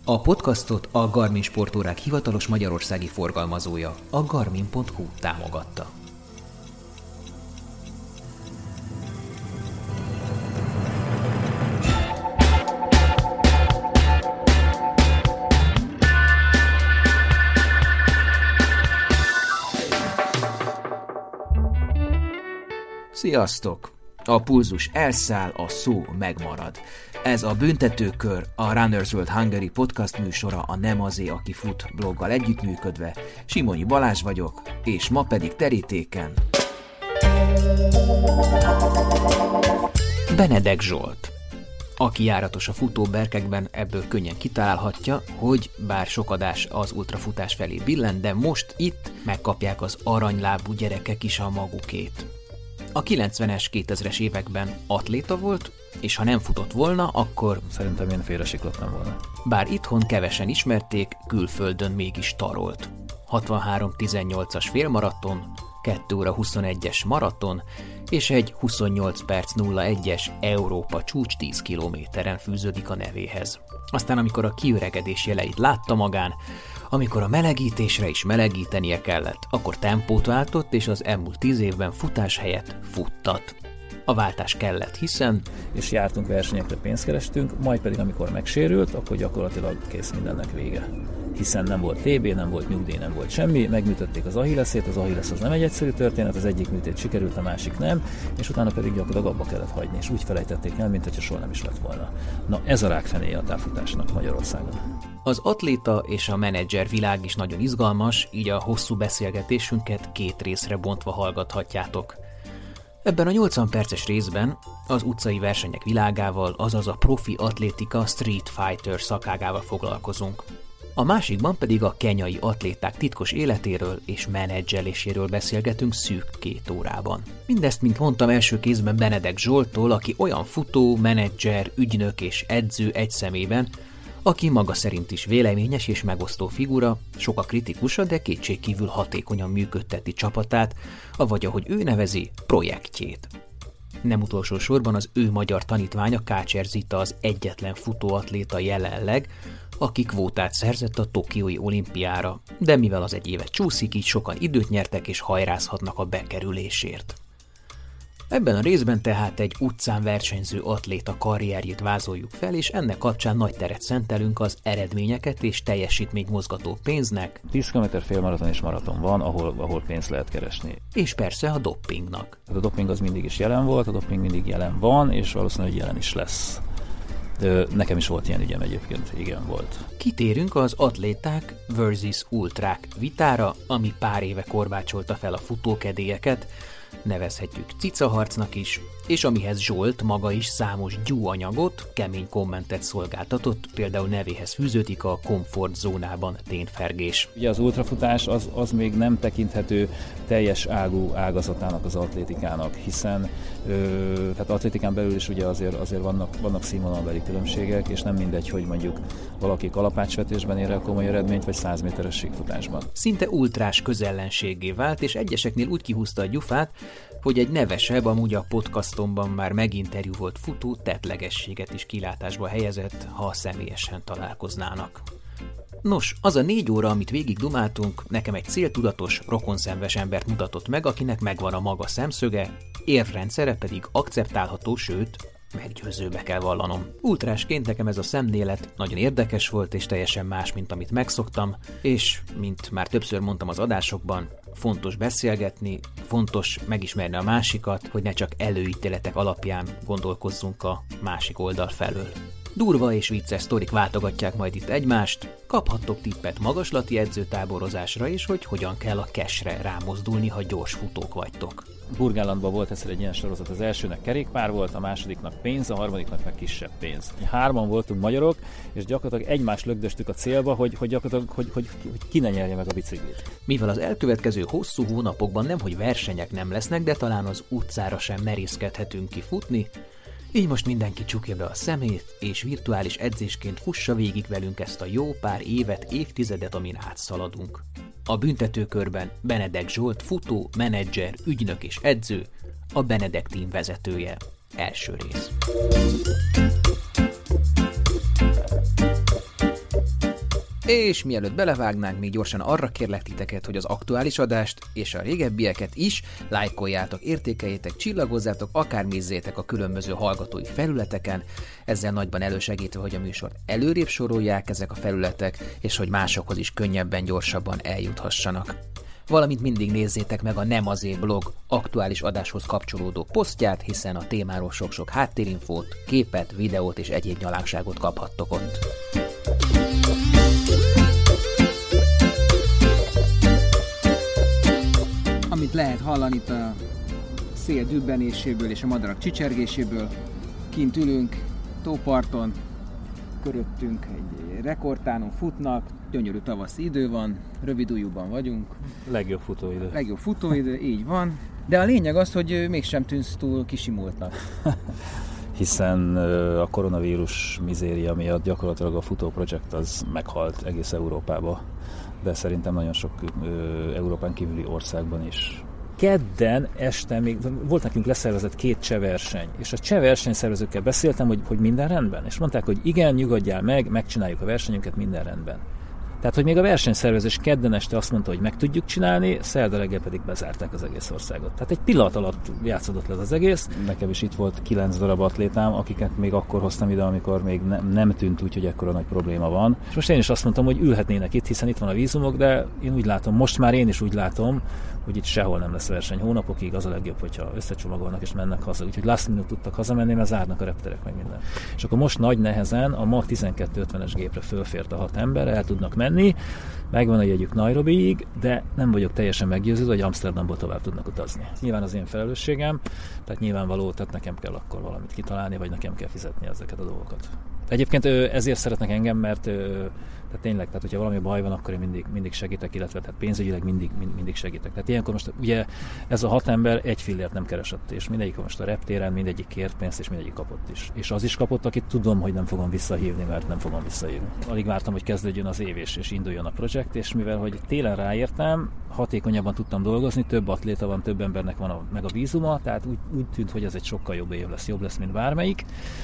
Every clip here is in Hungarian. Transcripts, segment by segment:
A podcastot a Garmin sportórák hivatalos magyarországi forgalmazója, a Garmin.hu támogatta. Sziasztok! A pulzus elszáll, a szó megmarad. Ez a Büntetőkör, a Runner's World Hungary podcast műsora a Nem azé, aki fut bloggal együttműködve. Simonyi Balázs vagyok, és ma pedig terítéken Benedek Zsolt. Aki járatos a futóberkekben, ebből könnyen kitalálhatja, hogy bár sok adás az ultrafutás felé billen, de most itt megkapják az aranylábú gyerekek is a magukét. A 90-es, 2000-es években atléta volt, és ha nem futott volna, akkor szerintem én félresiklottam volna. Bár itthon kevesen ismerték, külföldön mégis tarolt. 63-18-as félmaraton, 2 óra 21-es maraton, és egy 28 perc 01-es Európa csúcs 10 kilométeren fűződik a nevéhez. Aztán amikor a kiöregedés jeleit látta magán, amikor a melegítésre is melegítenie kellett, akkor tempót váltott, és az elmúlt 10 évben futás helyett futtat. A váltás kellett, hiszen... És jártunk versenyekre, pénzt kerestünk, majd pedig amikor megsérült, akkor gyakorlatilag kész mindennek vége. Hiszen nem volt TB, nem volt nyugdíj, nem volt semmi, megműtötték az Achilleszét, az Achillesz az nem egy egyszerű történet, az egyik műtét sikerült, a másik nem, és utána pedig gyakorlatilag abba kellett hagyni, és úgy felejtették el, mint hogyha soha nem is lett volna. Na ez a rákfenéje a távfutásnak Magyarországon. Az atléta és a menedzser világ is nagyon izgalmas, így a hosszú beszélgetésünket 2 részre bontva hallgathatjátok. Ebben a 80 perces részben az utcai versenyek világával, azaz a profi atlétika Street Fighter szakágával foglalkozunk. A másikban pedig a kenyai atléták titkos életéről és menedzseléséről beszélgetünk szűk 2 órában. Mindezt, mint mondtam, első kézben Benedek Zsolttól, aki olyan futó, menedzser, ügynök és edző egy szemében, aki maga szerint is véleményes és megosztó figura, sok a kritikusa, de kétségkívül hatékonyan működteti csapatát, avagy ahogy ő nevezi, projektjét. Nem utolsó sorban az ő magyar tanítványa Kácser Zita az egyetlen futóatléta jelenleg, aki kvótát szerzett a tokiói olimpiára, de mivel az egy évet csúszik, így sokan időt nyertek és hajrázhatnak a bekerülésért. Ebben a részben tehát egy utcán versenyző atléta karrierjét vázoljuk fel, és ennek kapcsán nagy teret szentelünk az eredményeket és teljesítményt mozgató pénznek. 10 km félmaraton és maraton van, ahol pénzt lehet keresni. És persze a doppingnak. A doping az mindig is jelen volt, a doping mindig jelen van, és valószínűleg jelen is lesz. De nekem is volt ilyen ügyem egyébként, igen volt. Kitérünk az atléták versus ultrák vitára, ami pár éve korbácsolta fel a futókedélyeket, nevezhetjük cicaharcnak is, és amihez Zsolt maga is számos gyúanyagot, kemény kommentet szolgáltatott, például nevéhez fűződik a komfortzónában tényfergés. Ugye az ultrafutás az még nem tekinthető teljes ágú ágazatának az atlétikának, hiszen tehát atlétikán belül is ugye azért vannak színvonalbeli különbségek, és nem mindegy, hogy mondjuk valaki kalapácsvetésben ér el komoly eredményt, vagy 100 méteres síkfutásban. Szinte ultrás közellenséggé vált, és egyeseknél úgy kihúzta a gyufát, hogy egy nevesebb, amúgy a podcastomban már meginterjú volt futó tettlegességet is kilátásba helyezett, ha személyesen találkoznának. Nos, az a 4 óra, amit végig dumáltunk, nekem egy céltudatos, rokonszenves embert mutatott meg, akinek megvan a maga szemszöge, érvrendszere pedig akceptálható, sőt, meggyőzőbe kell vallanom. Ultrásként nekem ez a szemlélet nagyon érdekes volt, és teljesen más, mint amit megszoktam, és, mint már többször mondtam az adásokban, fontos beszélgetni, fontos megismerni a másikat, hogy ne csak előítéletek alapján gondolkozzunk a másik oldal felől. Durva és vicces sztorik váltogatják majd itt egymást, kaphattok tippet magaslati edzőtáborozásra is, hogy hogyan kell a cashre rámozdulni, ha gyors futók vagytok. Burgenlandban volt egyszer egy ilyen sorozat, az elsőnek kerékpár volt, a másodiknak pénz, a harmadiknak meg kisebb pénz. 3-an voltunk magyarok, és gyakorlatilag egymást lögdöstük a célba, hogy ki ne nyerje meg a biciklit. Mivel az elkövetkező hosszú hónapokban nemhogy versenyek nem lesznek, de talán az utcára sem merészkedhetünk ki futni, így most mindenki csukja be a szemét, és virtuális edzésként fussa végig velünk ezt a jó pár évet, évtizedet, amin átszaladunk. A büntetőkörben Benedek Zsolt futó, menedzser, ügynök és edző, a Benedek Team vezetője. Első rész. És mielőtt belevágnánk, még gyorsan arra kérlek titeket, hogy az aktuális adást és a régebbieket is lájkoljátok, értékeljétek, csillagozzátok, akár nézzétek a különböző hallgatói felületeken, ezzel nagyban elősegítve, hogy a műsort előrébb sorolják ezek a felületek, és hogy másokhoz is könnyebben, gyorsabban eljuthassanak. Valamint mindig nézzétek meg a Nem azért blog aktuális adáshoz kapcsolódó posztját, hiszen a témáról sok-sok háttérinfót, képet, videót és egyéb nyalánkságot kaphattok ott. Amit lehet hallani itt a szél dübbenéséből és a madarak csicsergéséből, kint ülünk tóparton, köröttünk egy rekordtánon futnak, gyönyörű tavaszi idő van, rövid ujjúban vagyunk. Legjobb futóidő. Legjobb futóidő, így van. De a lényeg az, hogy mégsem tűnsz túl kisimultnak. Hiszen a koronavírus mizéria miatt gyakorlatilag a futóprojekt az meghalt egész Európába, de szerintem nagyon sok Európán kívüli országban is. Kedden este még volt nekünk leszervezett 2 cseh verseny, és a cseh versenyszervezőkkel beszéltem, hogy minden rendben, és mondták, hogy igen, nyugodjál meg, megcsináljuk a versenyünket, minden rendben. Tehát, hogy még a versenyszervezés kedden este azt mondta, hogy meg tudjuk csinálni, szerda reggel pedig bezárták az egész országot. Tehát egy pillanat alatt játszódott le az egész. Nekem is itt volt 9 darab atlétám, akiket még akkor hoztam ide, amikor még nem tűnt úgy, hogy ekkora nagy probléma van. És most én is azt mondtam, hogy ülhetnének itt, hiszen itt van a vízumok, de én úgy látom, most már én is úgy látom, hogy itt sehol nem lesz verseny hónapokig, az a legjobb, hogyha összecsomagolnak és mennek haza. Úgyhogy last minute tudtak hazamenni, mert zárnak a repterek meg minden. És akkor most nagy nehezen a MAG 1250-es gépre fölfért a 6 ember, el tudnak menni, megvan a jegyük Nairobiig, de nem vagyok teljesen meggyőződve, hogy Amsterdamból tovább tudnak utazni. Nyilván az én felelősségem, tehát nyilvánvaló, tehát nekem kell akkor valamit kitalálni, vagy nekem kell fizetni ezeket a dolgokat. Egyébként ezért szeretnek engem, mert tehát tényleg, tehát hogyha valami baj van, akkor én mindig segítek, illetve tehát pénzügyileg mindig segítek. Tehát ilyenkor most ugye ez a 6 ember egy fillért nem keresett, és mindegyik most a reptéren, mindegyik kért pénzt, és mindegyik kapott is. És az is kapott, akit tudom, hogy nem fogom visszahívni, mert nem fogom visszahívni. Alig vártam, hogy kezdődjön az év, és induljon a projekt, és mivel hogy télen ráértem, hatékonyabban tudtam dolgozni, több atléta van, több embernek van meg a vízuma, tehát úgy tűnt, hogy ez egy sokkal jobb év lesz, jobb lesz, mint bármelyik.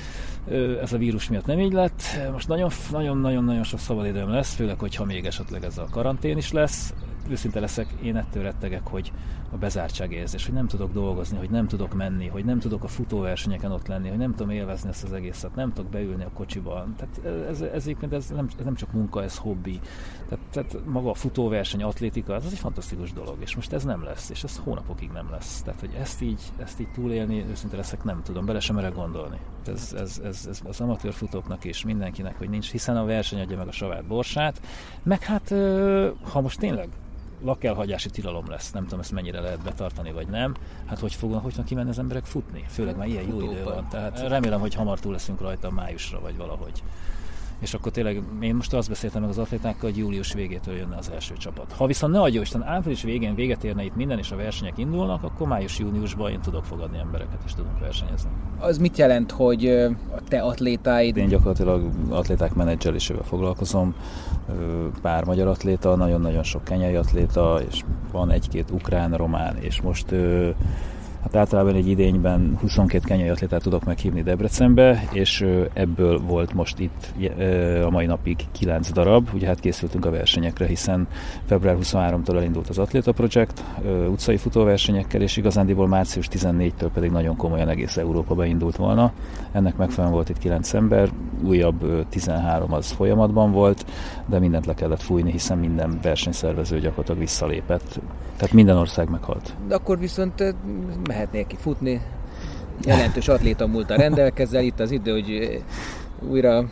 Ez a vírus miatt nem így lett. Most nagyon sok szabadidőm lesz, főleg, hogyha még esetleg ez a karantén is lesz. Őszinte leszek, én ettől rettegek, hogy a bezártságérzés, hogy nem tudok dolgozni, hogy nem tudok menni, hogy nem tudok a futóversenyeken ott lenni, hogy nem tudom élvezni ezt az egészet, nem tudok beülni a kocsiba. Tehát ez nem csak munka, ez hobbi. Tehát maga a futóverseny, atlétika, ez egy fantasztikus dolog, és most ez nem lesz, és ez hónapokig nem lesz. Tehát, hogy ezt így túlélni, őszinte leszek, nem tudom, bele sem merek gondolni. Ez az amatőr futóknak és mindenkinek, hogy nincs, hiszen a verseny adja meg a savát borsát, meg hát, ha most tényleg lakelhagyási tilalom lesz, nem tudom, ezt mennyire lehet betartani, vagy nem, hát hogy fognak kimenni az emberek futni? Főleg már ilyen jó idő van, tehát remélem, hogy hamar túl leszünk rajta májusra, vagy valahogy. És akkor tényleg én most azt beszéltem meg az atlétákkal, hogy július végétől jönne az első csapat. Ha viszont ne adja Isten, április végén véget érne itt minden, és a versenyek indulnak, akkor május-júniusban én tudok fogadni embereket, és tudunk versenyezni. Az mit jelent, hogy a te atlétáid? Én gyakorlatilag atléták menedzselésével foglalkozom. Pár magyar atléta, nagyon-nagyon sok kenyai atléta, és van 1-2 ukrán, román, és most hát általában egy idényben 22 kenyai atlétát tudok meghívni Debrecenbe, és ebből volt most itt a mai napig 9 darab. Ugye hát készültünk a versenyekre, hiszen február 23-tól elindult az Atléta Projekt utcai futóversenyekkel, és igazándiból március 14-től pedig nagyon komolyan egész Európa beindult volna. Ennek megfelelően volt itt 9 ember, újabb 13 az folyamatban volt, de mindent le kellett fújni, hiszen minden versenyszervező gyakorlatilag visszalépett. Tehát minden ország meghalt. De akkor viszont mehetnél ki futni, jelentős atléta múlttal rendelkezel, itt az idő, hogy újra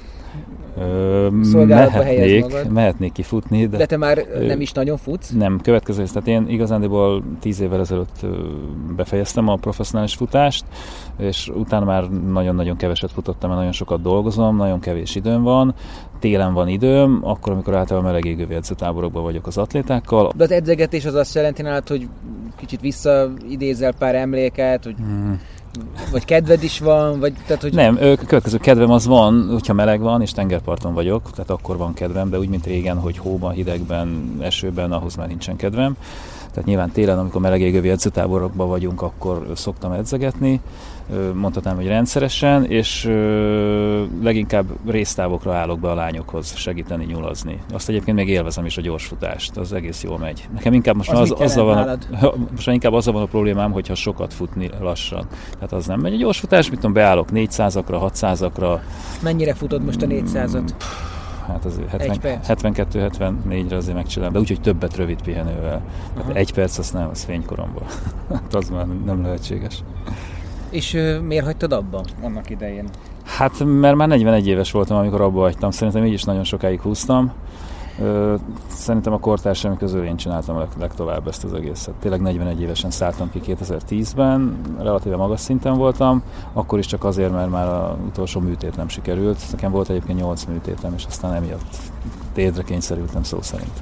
szolgálatba helyezd magad. Mehetnék ki futni, de te már nem is nagyon futsz? Nem, következő. Tehát én igazándiból 10 évvel ezelőtt befejeztem a professzionális futást, és utána már nagyon-nagyon keveset futottam, mert nagyon sokat dolgozom, nagyon kevés időm van. Télen van időm, akkor, amikor általában meleg égővi edzőtáborokban vagyok az atlétákkal. De az edzegetés az azt jelenti nálad, hogy kicsit visszaidézel pár emléket, hogy vagy kedved is van, vagy tehát, hogy... Nem, következő kedvem az van, hogyha meleg van, és tengerparton vagyok, tehát akkor van kedvem, de úgy, mint régen, hogy hóban, hidegben, esőben, ahhoz már nincsen kedvem. Tehát nyilván télen, amikor meleg égővi edzőtáborokban vagyunk, akkor szoktam edzegetni, mondhatnám, hogy rendszeresen, és leginkább résztávokra állok be a lányokhoz segíteni, nyulazni. Azt egyébként még élvezem is a gyorsfutást, az egész jól megy. Nekem inkább most azzal van a problémám, hogyha sokat futni lassan. Tehát az nem megy a gyorsfutás, mit tudom, beállok 400-akra, 600-akra. Mennyire futod most a 400-at? Hát az 72-74-re azért megcsinálom, de úgyhogy többet rövid pihenővel. Hát 1 perc, az nem, az fénykoromban. Az már nem lehetséges. És miért hagytad abba annak idején? Hát mert már 41 éves voltam, amikor abba hagytam. Szerintem így is nagyon sokáig húztam. Szerintem a kortársaim közül én csináltam legtovább ezt az egészet. Tényleg 41 évesen szálltam ki 2010-ben, relatíve magas szinten voltam, akkor is csak azért, mert már az utolsó műtét nem sikerült. Nekem volt egyébként 8 műtétem, és aztán emiatt térdre kényszerültem szó szerint.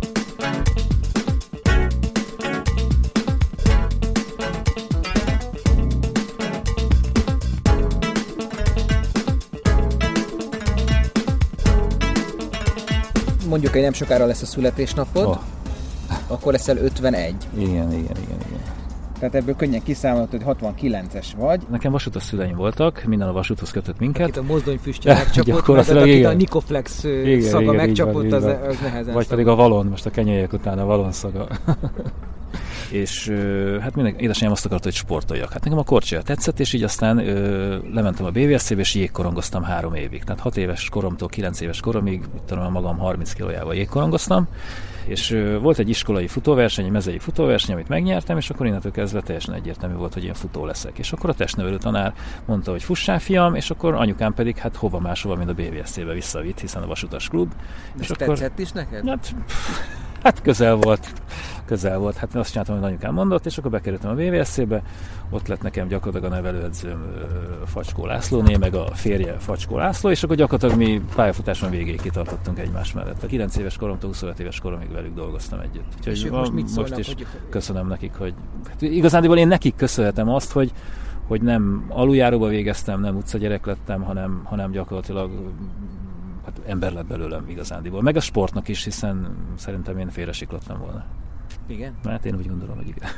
Mondjuk, hogy nem sokára lesz a születésnapod, akkor leszel 51. Igen. Tehát ebből könnyen kiszámolod, hogy 69-es vagy. Nekem vasútos szüleim voltak, minden a vasúthoz kötött minket. Akit a mozdonyfüstje megcsapott, meg akit a Nikoflex szaga megcsapott, az nehezen vagy pedig a valon, most a kenyélyek után a valon szaga. És hát édesanyám azt akarta, hogy sportoljak. Hát nekem a korcsolya tetszett, és így aztán lementem a BVSC-be, és jégkorongoztam 3 évig. Tehát 6 éves koromtól 9 éves koromig, tudom, magam 30 kilójával jégkorongoztam, és volt egy iskolai futóverseny, egy mezei futóverseny, amit megnyertem, és akkor innentől kezdve teljesen egyértelmű volt, hogy én futó leszek. És akkor a testnevelő tanár mondta, hogy fussál, fiam, és akkor anyukám pedig hát hova máshova, mint a BVSC-be visszavitt, hiszen a vasutas klub. És akkor tetszett is neked? Hát közel volt. Hát azt csináltam, hogy anyukám mondott, és akkor bekerültem a BVSC-be, ott lett nekem gyakorlatilag a nevelőedzőm Facskó Lászlóné, meg a férje Facskó László, és akkor gyakorlatilag mi pályafutáson végéig kitartottunk egymás mellett. A 9 éves koromtól 25 éves koromig velük dolgoztam együtt. Úgyhogy és most mit szólnak, most is köszönöm nekik, hogy hát igazándiból én nekik köszönhetem azt, hogy nem aluljáróba végeztem, nem utcagyerek lettem, hanem gyakorlatilag hát ember lett belőlem igazándiból. Meg a sportnak is, hiszen szerintem én félresiklottam volna. Igen? Hát én úgy gondolom, hogy igen.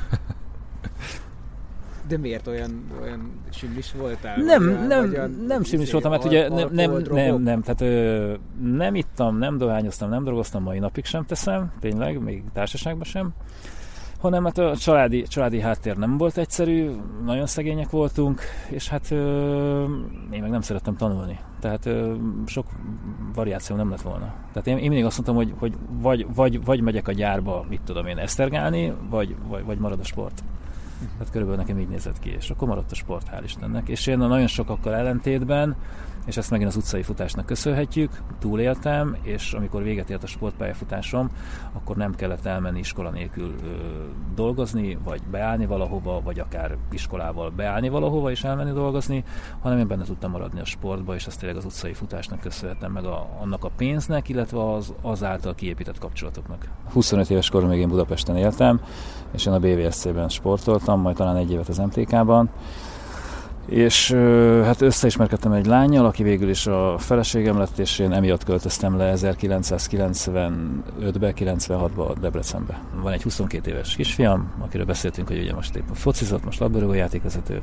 De miért olyan simlis voltál? Nem simlis voltam, mert ugye nem, tehát nem ittam, nem dohányoztam, nem drogoztam, mai napig sem teszem, tényleg, még társaságban sem, hanem hát a családi háttér nem volt egyszerű, nagyon szegények voltunk, és hát én meg nem szerettem tanulni. Tehát sok variáció nem lett volna. Tehát én mindig azt mondtam, hogy vagy megyek a gyárba, mit tudom én, esztergálni, vagy marad a sport. Tehát körülbelül nekem így nézett ki, és akkor maradt a sport, hál' Istennek. És én nagyon sokakkal ellentétben, és ezt megint az utcai futásnak köszönhetjük, túléltem, és amikor véget ért a sportpályafutásom, akkor nem kellett elmenni iskola nélkül dolgozni, vagy beállni valahova, vagy akár iskolával beállni valahova és elmenni dolgozni, hanem én benne tudtam maradni a sportba, és ezt tényleg az utcai futásnak köszönhetem, meg annak a pénznek, illetve az által kiépített kapcsolatoknak. 25 éves koromig én Budapesten éltem, és én a BVSC-ben sportoltam, majd talán 1 évet az MTK-ban, és hát összeismerkedtem egy lánnyal, aki végül is a feleségem lett, és én emiatt költöztem le 1995-ben, 96-ban Debrecenbe. Van egy 22 éves kisfiam, akiről beszéltünk, hogy ugye most éppen focizott, most labdarúgó játékvezető.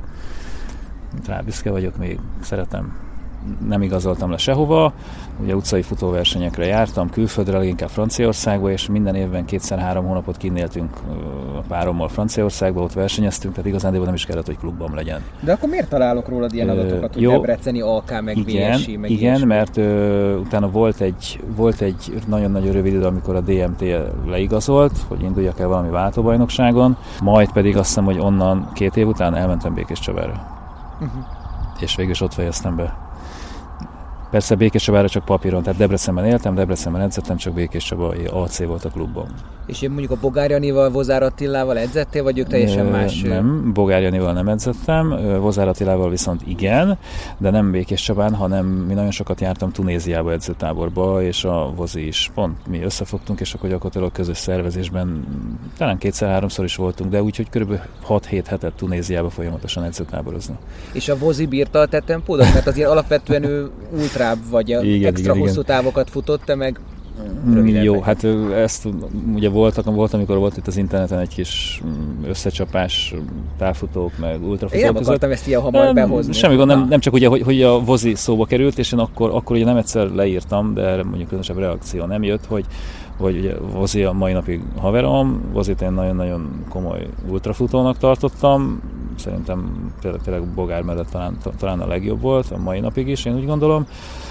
Rá büszke vagyok, még szeretem. Nem igazoltam le sehova, ugye utcai futóversenyekre jártam, külföldre, leginkább Franciaországba, és minden évben 2-3 hónapot kinnéltünk a párommal Franciaországba, ott versenyeztünk, tehát igazándiból nem is kellett, hogy klubban legyen. De akkor miért találok rólad ilyen adatokat, hogy debreceni AK, meg BSI, meg igen, mert utána volt egy nagyon-nagyon rövid idő, amikor a DMT leigazolt, hogy induljak el valami váltóbajnokságon, majd pedig azt hiszem, hogy onnan 2 év után elmentem Békéscsabára. És végül is ott fejeztem be. Persze Békéscsabára csak papíron, tehát Debrecenben éltem, Debrecenben edzettem, csak Békéscsabai AC volt a klubban. És én mondjuk a Bogár Janival, Vozár Attilával edzettél, vagy ők teljesen más? Nem, Bogár Janival nem edzettem, Vozár Attilával viszont igen, de nem Békéscsabán, hanem mi nagyon sokat jártam Tunéziába edzőtáborba, és a Vozi is. Pont mi összefogtunk, és akkor gyakorlatilag közös szervezésben talán 2-3-szor is voltunk, de úgyhogy kb. 6-7 hetet Tunéziába folyamatosan edzőtáborozni. És a Vozi bírta a te tempódat? Mert azért alapvetően ő ultrább vagy, extra hosszú távokat futott, te meg rövidebb. Jó, hát ezt ugye volt, amikor volt itt az interneten egy kis összecsapás távfutók, meg ultrafutók. Én nem akartam ezt ilyen hamar behozni. Semmi gond, nem csak ugye, hogy a Vozi szóba került, és én akkor ugye nem egyszer leírtam, de erre mondjuk különösebb reakció nem jött, hogy ugye Vozi a mai napig haverom, Vozit én nagyon-nagyon komoly ultrafutónak tartottam, szerintem tényleg Bogár mellett talán a legjobb volt, a mai napig is, én úgy gondolom.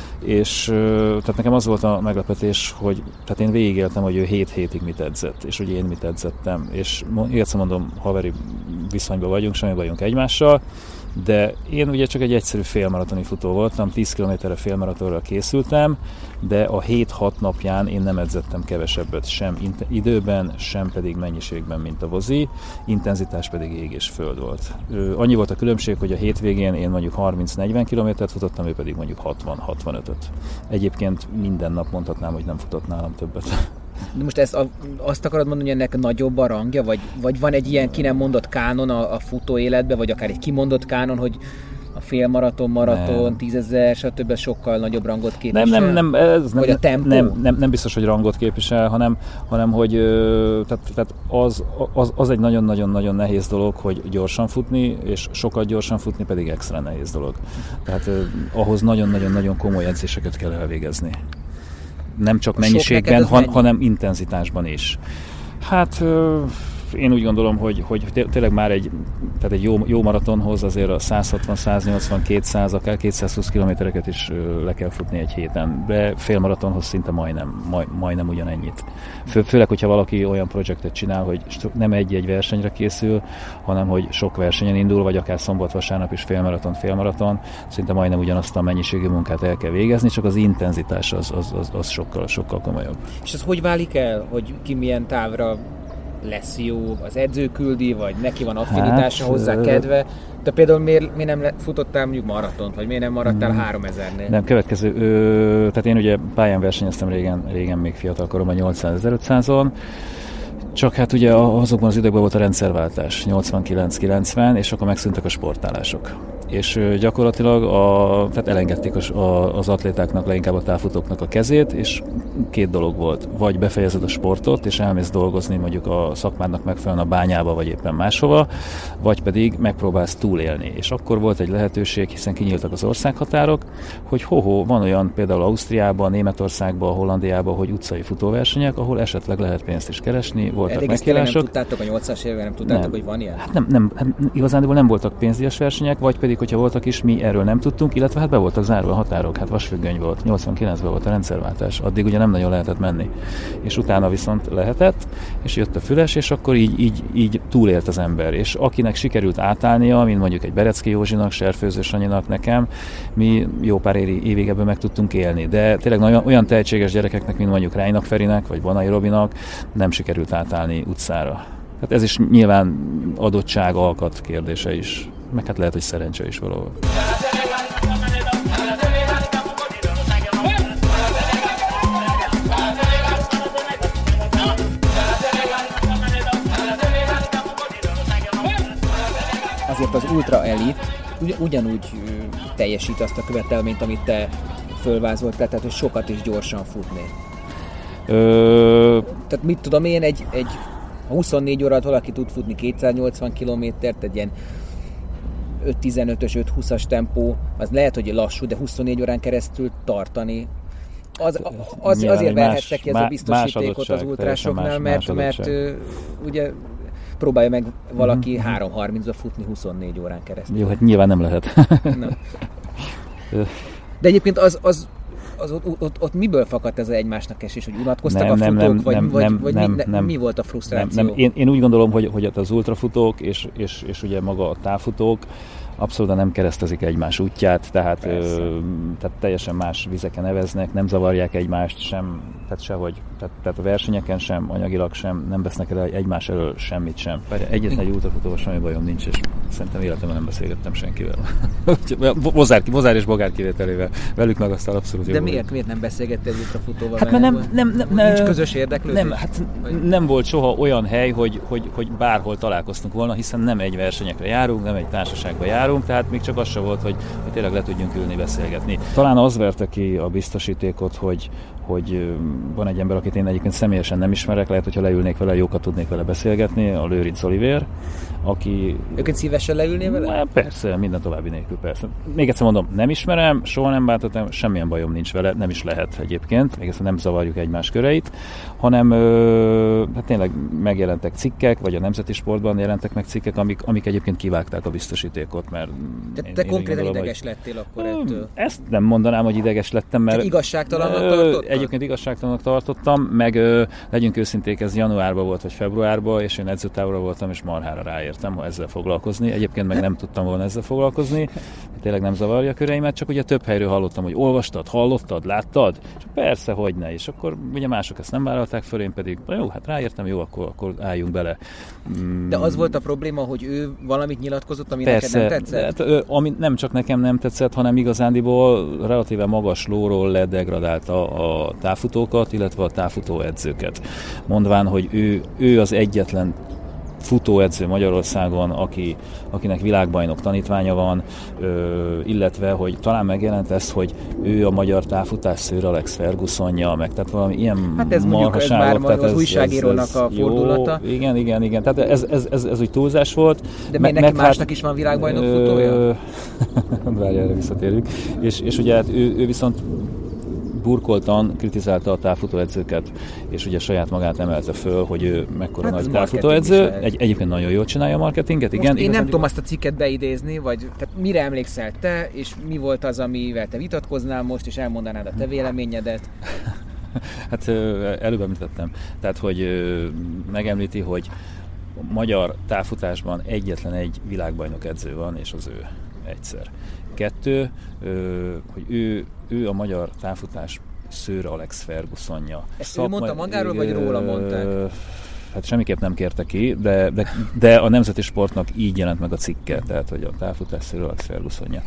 És tehát nekem az volt a meglepetés, hogy tehát én végigéltem, hogy ő 7 hétig mit edzett, és hogy én mit edzettem, és egyszer mondom, haveri viszonyban vagyunk, semmi bajunk egymással, de én ugye csak egy egyszerű félmaratoni futó voltam, 10 km-re félmaratonra készültem, de a 7-6 napján én nem edzettem kevesebbet, sem időben, sem pedig mennyiségben, mint a Vozi, intenzitás pedig ég és föld volt. Annyi volt a különbség, hogy a hétvégén én mondjuk 30-40 kilométert futottam, ő pedig mondjuk 60-65-öt. Egyébként minden nap mondhatnám, hogy nem futott nálam többet. De most azt akarod mondani, hogy ennek nagyobb a rangja, vagy van egy ilyen ki nem mondott kánon a futó életben, vagy akár egy kimondott kánon, hogy a félmaraton, 10 000, stb. Sokkal nagyobb rangot képvisel? Nem, vagy a tempó? Nem biztos, hogy rangot képvisel, hanem hogy tehát az egy nagyon-nagyon-nagyon nehéz dolog, hogy gyorsan futni, és sokat gyorsan futni pedig extra nehéz dolog. Tehát ahhoz nagyon-nagyon-nagyon komoly edzéseket kell elvégezni. Nem csak mennyiségben, hanem intenzitásban is. Hát én úgy gondolom, hogy tényleg már egy jó maratonhoz azért a 160, 180, 200, akár 220 kilométereket is le kell futni egy héten, de félmaratonhoz szinte majdnem ugyanennyit. Főleg, hogyha valaki olyan projektet csinál, hogy nem egy-egy versenyre készül, hanem hogy sok versenyen indul, vagy akár szombat-vasárnap is félmaraton, szinte majdnem ugyanazt a mennyiségű munkát el kell végezni, csak az intenzitás az sokkal komolyabb. És ez hogy válik el, hogy ki milyen távra lesz jó, az edző küldi, vagy neki van affinitása hozzá, kedve? De például miért nem futottál mondjuk maratont, vagy miért nem maradtál 3000-nél? Nem, következő, tehát én ugye pályán versenyeztem régen még fiatalkoromban 800-1500-on, csak hát ugye azokban az időkben volt a rendszerváltás, 89-90, és akkor megszűntek a sportálások. És gyakorlatilag tehát elengedték az atlétáknak, leginkább a távfutóknak a kezét, és két dolog volt. Vagy befejezed a sportot, és elmész dolgozni mondjuk a szakmádnak megfelelően a bányába, vagy éppen máshova, vagy pedig megpróbálsz túlélni. És akkor volt egy lehetőség, hiszen kinyíltak az országhatárok, hogy van olyan például Ausztriában, Németországban, Hollandiában, hogy utcai futóversenyek, ahol esetleg lehet pénzt is keresni, voltak megkérések. Nem tudtátok a 80-as években, nem tudtátok, hogy van ilyen? Hát nem, igazándiból nem voltak pénzdíjas versenyek, vagy pedig, hogyha voltak is, mi erről nem tudtunk, illetve hát be voltak zárva a határok, hát vasfüggöny volt, 89-ben volt a rendszerváltás, addig ugye nem nagyon lehetett menni. És utána viszont lehetett, és jött a füles, és akkor így túlélt az ember. És akinek sikerült átállnia, mint mondjuk egy Berecki Józsinak, Serfőző Sanyinak, nekem, mi jó pár évig ebben meg tudtunk élni. De tényleg olyan tehetséges gyerekeknek, mint mondjuk Rájnak Ferinek, vagy Banai Robinak nem sikerült átállni utcára. Hát ez is nyilván adottság, alkat kérdése is, meg hát lehet, hogy szerencse is valahol. Azért az ultra elit ugyanúgy teljesít azt a követelményt, amit te fölvázoltál, tehát hogy sokat is gyorsan futni. Tehát mit tudom én, egy 24 órát valaki tud futni 280 kilométert, egy ilyen 5.15-ös, 5.20-as tempó, az lehet, hogy lassú, de 24 órán keresztül tartani. Azért verhettek ki ez a biztosítékot az ultrásoknál, mert ugye próbálja meg valaki 3.30-ba futni 24 órán keresztül. Jó, hát nyilván nem lehet. De egyébként ott miből fakadt ez az egymásnak esés, hogy unatkoztak a futók, vagy mi volt a frusztráció? Én úgy gondolom, hogy az ultrafutók és ugye maga a távfutók abszolút nem keresztezik egymás útját, tehát teljesen más vizeken eveznek, nem zavarják egymást sem, tehát sehogy, tehát a versenyeken sem, anyagilag sem, nem vesznek el egymás elől semmit sem. Egyetlen egy ultrafutóval semmi bajom nincs, és szerintem életemben nem beszélgettem senkivel. Vozár és Bogár kivételével. Velük meg aztán abszolút jó. De miért nem beszélgettél ultrafutóval? Hát mert nincs közös érdeklődés? Nem volt soha olyan hely, hogy bárhol találkoztunk volna, hiszen nem egy versenyekre járunk, nem egy társaságba járunk, tehát még csak az se volt, hogy tényleg le tudjunk ülni, beszélgetni. Talán az verte ki a biztosítékot, hogy hogy van egy ember, akit én egyébként személyesen nem ismerek, lehet, hogyha leülnék vele, jókat tudnék vele beszélgetni, a Lőrinc Olivér, aki... Őket szívesen leülnél vele? Persze, minden további nélkül, persze. Még egyszer mondom, nem ismerem, soha nem bántottam, semmilyen bajom nincs vele, nem is lehet egyébként, még egyszer nem zavarjuk egymás köreit, hanem hát tényleg megjelentek cikkek, vagy a Nemzeti Sportban jelentek meg cikkek, amik egyébként kivágták a biztosítékot, mert... Te konkrétan ideges lettél akkor ettől? Ezt nem mondanám, hogy ideges lettem, mert... Igazságtalannak tartottad? Egyébként igazságtalannak tartottam, meg legyünk őszinték, ez januárban volt, vagy februárban, és én edzőtáborra voltam, és marhára ráértem, ha ezzel foglalkozni. Egyébként meg nem tudtam volna ezzel foglalkozni, tényleg nem zavarja a köreimet, csak ugye több helyről hallottam, hogy olvastad, hallottad, láttad, és persze, hogy ne, és akkor ugye mások ezt nem vállalták föl, én pedig, jó, hát ráértem, jó, akkor álljunk bele. De az volt a probléma, hogy ő valamit nyilatkozott, ami persze, neked nem tetszett? Hát, ami nem csak nekem nem tetszett, hanem igazándiból relatíve magas lóról ledegradálta a távfutókat, illetve a távfutó edzőket. Mondván, hogy ő az egyetlen futóedző Magyarországon, akinek világbajnok tanítványa van, illetve, hogy talán megjelent ez, hogy ő a magyar távfutás Sir Alex Fergusonja, meg tehát valami ilyen hát ez marhaságot. Tehát az újságírónak a fordulata. Jó, igen. Tehát ez úgy túlzás volt. De miért neki másnak is van világbajnok futója? Várja, erre visszatérünk. És ugye hát ő viszont burkoltan kritizálta a távfutóedzőket, és ugye saját magát emelte föl, hogy ő mekkora nagy távfutóedző. Egyébként nagyon jól csinálja a marketinget, igen. Most én nem tudom azt a cikket beidézni, vagy tehát mire emlékszel te, és mi volt az, amivel te vitatkoznál most, és elmondanád a te véleményedet? Hát előbb említettem. Tehát, hogy megemlíti, hogy a magyar távfutásban egyetlen egy világbajnok edző van, és az ő egyszer. 2, hogy ő a magyar távfutás Sir Alex Fergusonja. Ezt ő mondta magáról, vagy róla mondták? Hát semmiképp nem kérte ki, de a Nemzeti Sportnak így jelent meg a cikke, tehát hogy a távfutás Sir Alex Fergusonja.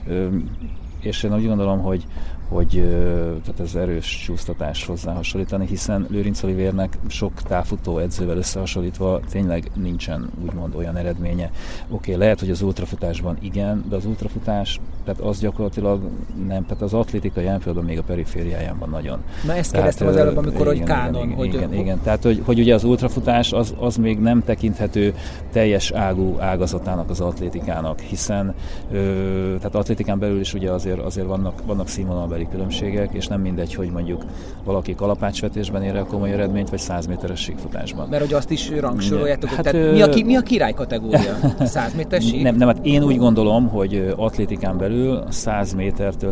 És én úgy gondolom, hogy tehát ez erős csúsztatás hozzá hasonlítani, hiszen Lőrinc Olivérnek sok távfutó edzővel összehasonlítva tényleg nincsen úgymond olyan eredménye. Oké, lehet, hogy az ultrafutásban igen, de az ultrafutás, tehát az gyakorlatilag nem, tehát az atlétika jelen pillanatban még a perifériáján van nagyon. Na ezt kérdeztem az előbb, amikor hogy kánon. Igen. Tehát, hogy ugye az ultrafutás az még nem tekinthető teljes ágú ágazatának az atlétikának, hiszen tehát atlétikán belül is ugye azért vannak színvonalbeli különbségek, és nem mindegy, hogy mondjuk valaki kalapácsvetésben ér el komoly eredményt, vagy 100 méteres síkfutásban. Mert hogy azt is rangsoroljátok, hát, tehát mi a király kategória? 100 méteres sík? Nem, hát én úgy gondolom, hogy atlétikán belül 100 métertől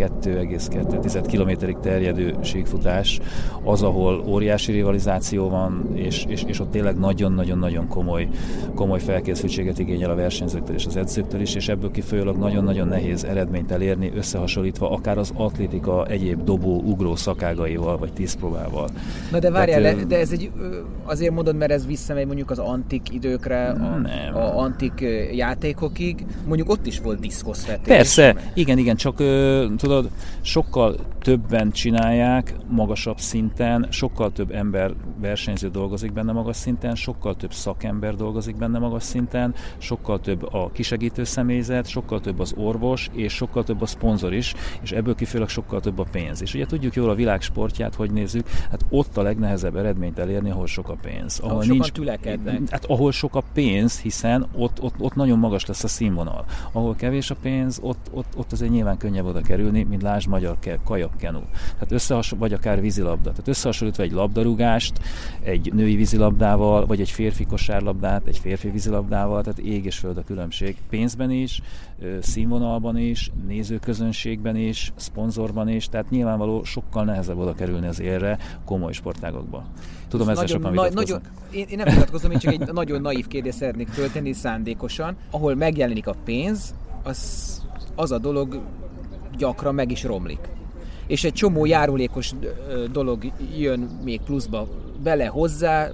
42,2 kilométerig terjedő síkfutás az, ahol óriási rivalizáció van, és ott tényleg nagyon-nagyon komoly felkészültséget igényel a versenyzőktől és az edzőktől is, és ebből kifolyólag nagyon-nagyon nehéz eredményt elérni, összehasonlítva akár az atlétika egyéb dobó, ugró szakágaival, vagy tízpróbával. Na de várjál, de ez azért mondod, mert ez visszamegy mondjuk az antik időkre, a antik játékokig, mondjuk ott is volt diszkoszvetés. Persze, igen, csak tudod, sokkal többen csinálják magasabb szinten, sokkal több ember versenyző dolgozik benne magas szinten, sokkal több szakember dolgozik benne magas szinten, sokkal több a kisegítő személyzet, sokkal több az orvos, és sokkal több a szponzor is, és ebből kifejezőleg sokkal több a pénz. És ugye tudjuk jól a világ sportját, hogy nézzük, hát ott a legnehezebb eredményt elérni, ahol sok a pénz. Ahol nincs tülekednek. Hát ahol sok a pénz, hiszen ott nagyon magas lesz a színvonal. Ahol kevés a pénz, ott azért nyilván könnyebb oda kerülni, mint lásd magyar kajakkenu. Tehát vagy akár vízilabda. Tehát összehasonlítva egy labdarúgást egy női vízilabdával, vagy egy férfi kosárlabdát egy férfi vízilabdával, tehát ég és föld a különbség. Pénzben is, színvonalban is, nézőközönségben is, szponzorban is, tehát nyilvánvaló sokkal nehezebb oda kerülni az élre komoly sportágokba. Tudom, ezzel sokan vitatkoznak. Én nem vitatkozom, én csak egy nagyon naív kérdést szeretnék föltenni szándékosan. Ahol megjelenik a pénz, az a dolog gyakran meg is romlik. És egy csomó járulékos dolog jön még pluszba bele hozzá,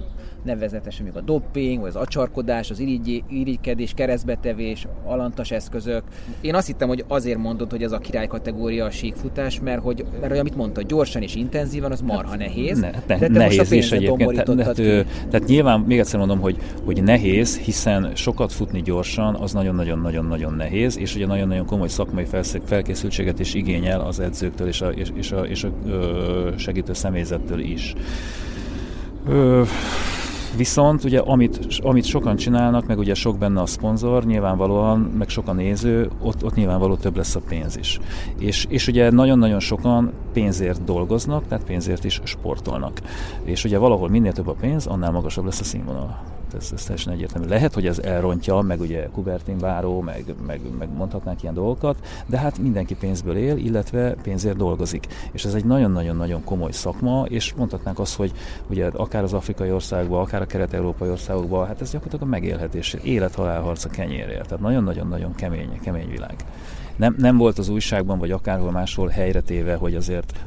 nevezetesen még a dopping, vagy az acsarkodás, az irigykedés, keresztbetevés, alantas eszközök. Én azt hittem, hogy azért mondod, hogy ez a király kategória a síkfutás, mert hogy amit mondta, gyorsan és intenzívan, az marha nehéz. De te nehéz most a is egyébként. Tehát nyilván még egyszer mondom, hogy nehéz, hiszen sokat futni gyorsan, az nagyon-nagyon-nagyon nehéz, és ugye nagyon-nagyon komoly szakmai felkészültséget is igényel az edzőktől és a segítő személyzettől is. Viszont ugye amit sokan csinálnak, meg ugye sok benne a szponzor, nyilvánvalóan, meg sok a néző, ott nyilvánvaló több lesz a pénz is. És ugye nagyon-nagyon sokan pénzért dolgoznak, tehát pénzért is sportolnak. És ugye valahol minél több a pénz, annál magasabb lesz a színvonal. Ez teljesen egyértelmű. Lehet, hogy ez elrontja, meg ugye Coubertin váró, meg mondhatnánk ilyen dolgokat, de hát mindenki pénzből él, illetve pénzért dolgozik. És ez egy nagyon-nagyon-nagyon komoly szakma, és mondhatnánk azt, hogy ugye akár az afrikai országban, akár a kelet-európai országokban, hát ez gyakorlatilag a megélhetés, élet-halálharc a kenyérért. Tehát nagyon-nagyon-nagyon kemény világ. Nem volt az újságban, vagy akárhol máshol helyre téve, hogy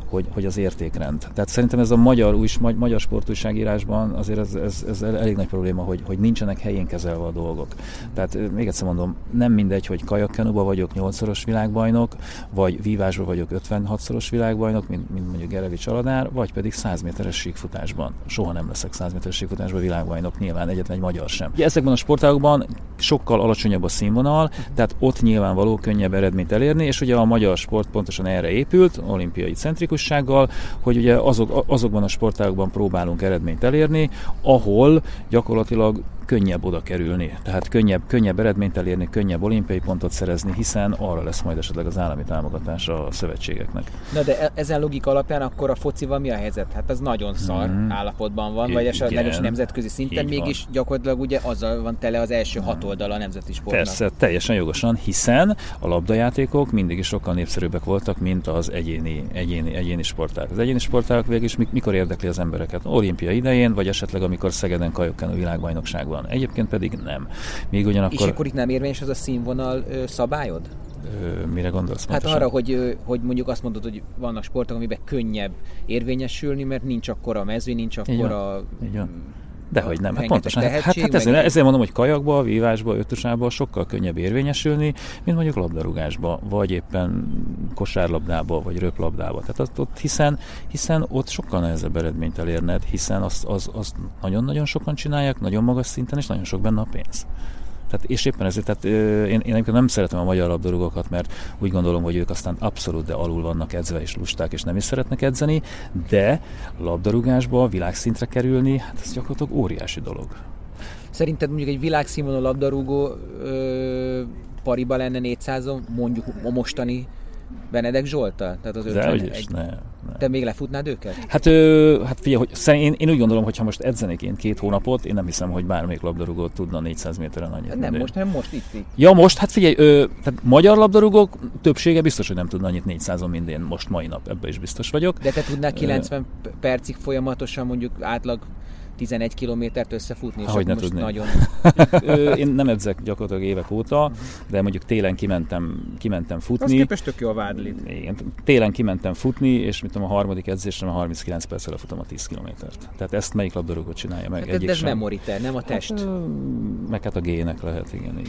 az értékrend. Tehát szerintem ez a magyar sportújságírásban azért ez elég nagy probléma, hogy nincsenek helyén kezelve a dolgok. Tehát még egyszer mondom, nem mindegy, hogy kajakkenuba vagyok 8-szoros világbajnok, vagy vívásban vagyok 56-szoros világbajnok, mint mondjuk Gerevics Aladár, vagy pedig 100 méteres síkfutásban. Soha nem leszek 100 méteres síkfutásban világbajnok, nyilván egyetlen egy magyar sem. Ugye ezekben a sportágokban sokkal alacsonyabb a színvonal, tehát ott nyilvánvaló könnyebb eredményt elérni, és ugye a magyar sport pontosan erre épült, olimpiai centrikussággal, hogy ugye azokban a sportágokban próbálunk eredményt elérni, ahol gyakorlatilag könnyebb oda kerülni, tehát könnyebb eredményt elérni, könnyebb olimpiai pontot szerezni, hiszen arra lesz majd esetleg az állami támogatás a szövetségeknek. Na de ezen logika alapján akkor a focival mi a helyzet? Hát az nagyon szar állapotban van, vagy esetleg nemzetközi szinten, mégis gyakorlatilag ugye azzal van tele az első 6 oldala a nemzeti sportnak. Persze, teljesen jogosan, hiszen a labdajátékok mindig is sokkal népszerűbbek voltak, mint az egyéni sportág. Az egyéni sportág végül is mikor érdekli az embereket? Olimpia idején, vagy esetleg amikor Szegeden kajakkenu világbajnokság van. Egyébként pedig nem. Még ugyanakkor... És akkor itt nem érvényes az a színvonal szabályod? Mire gondolsz pontosan? Hát arra, hogy mondjuk azt mondod, hogy vannak sportok, amiben könnyebb érvényesülni, mert nincs akkora mező, nincs akkora... Dehogy nem, hát pontosan. Hát ezért mondom, hogy kajakba, vívásba, ötösába sokkal könnyebb érvényesülni, mint mondjuk labdarúgásba, vagy éppen kosárlabdába, vagy röplabdába. Tehát ott hiszen ott sokkal nehezebb eredményt elérned, hiszen azt nagyon-nagyon sokan csinálják, nagyon magas szinten, és nagyon sok benne a pénz. Tehát, és éppen ezért, tehát én egyébként nem szeretem a magyar labdarúgókat, mert úgy gondolom, hogy ők aztán abszolút de alul vannak edzve és lusták, és nem is szeretnek edzeni, de labdarúgásba világszintre kerülni, hát ez gyakorlatilag óriási dolog. Szerinted mondjuk egy világszínvonalú labdarúgó pariba lenne 400-on, mondjuk a mostani Benedek Zsolttal? Tehát az 51. Te még lefutnád őket? Hát figyelj, én úgy gondolom, hogy ha most edzenék én 2 hónapot, én nem hiszem, hogy bármelyik labdarúgó tudna 400 méteren annyit. Nem most itt. Ja, most, hát figyelj, tehát magyar labdarúgók többsége biztos, hogy nem tudna annyit 400-on, mint én most mai nap, ebben is biztos vagyok. De te tudnál 90 percig folyamatosan mondjuk átlag 11 kilométert összefutni, és most tudni. Nagyon... Én nem edzek gyakorlatilag évek óta, de mondjuk télen kimentem futni. Az képest tök jó a vádlid. Igen, télen kimentem futni, és a harmadik edzésre 39 perccel lefutom a 10 kilométert. Tehát ezt melyik labdarúgó csinálja meg? Hát ez memoriter, nem a test. Meg hát a gének lehet, igen.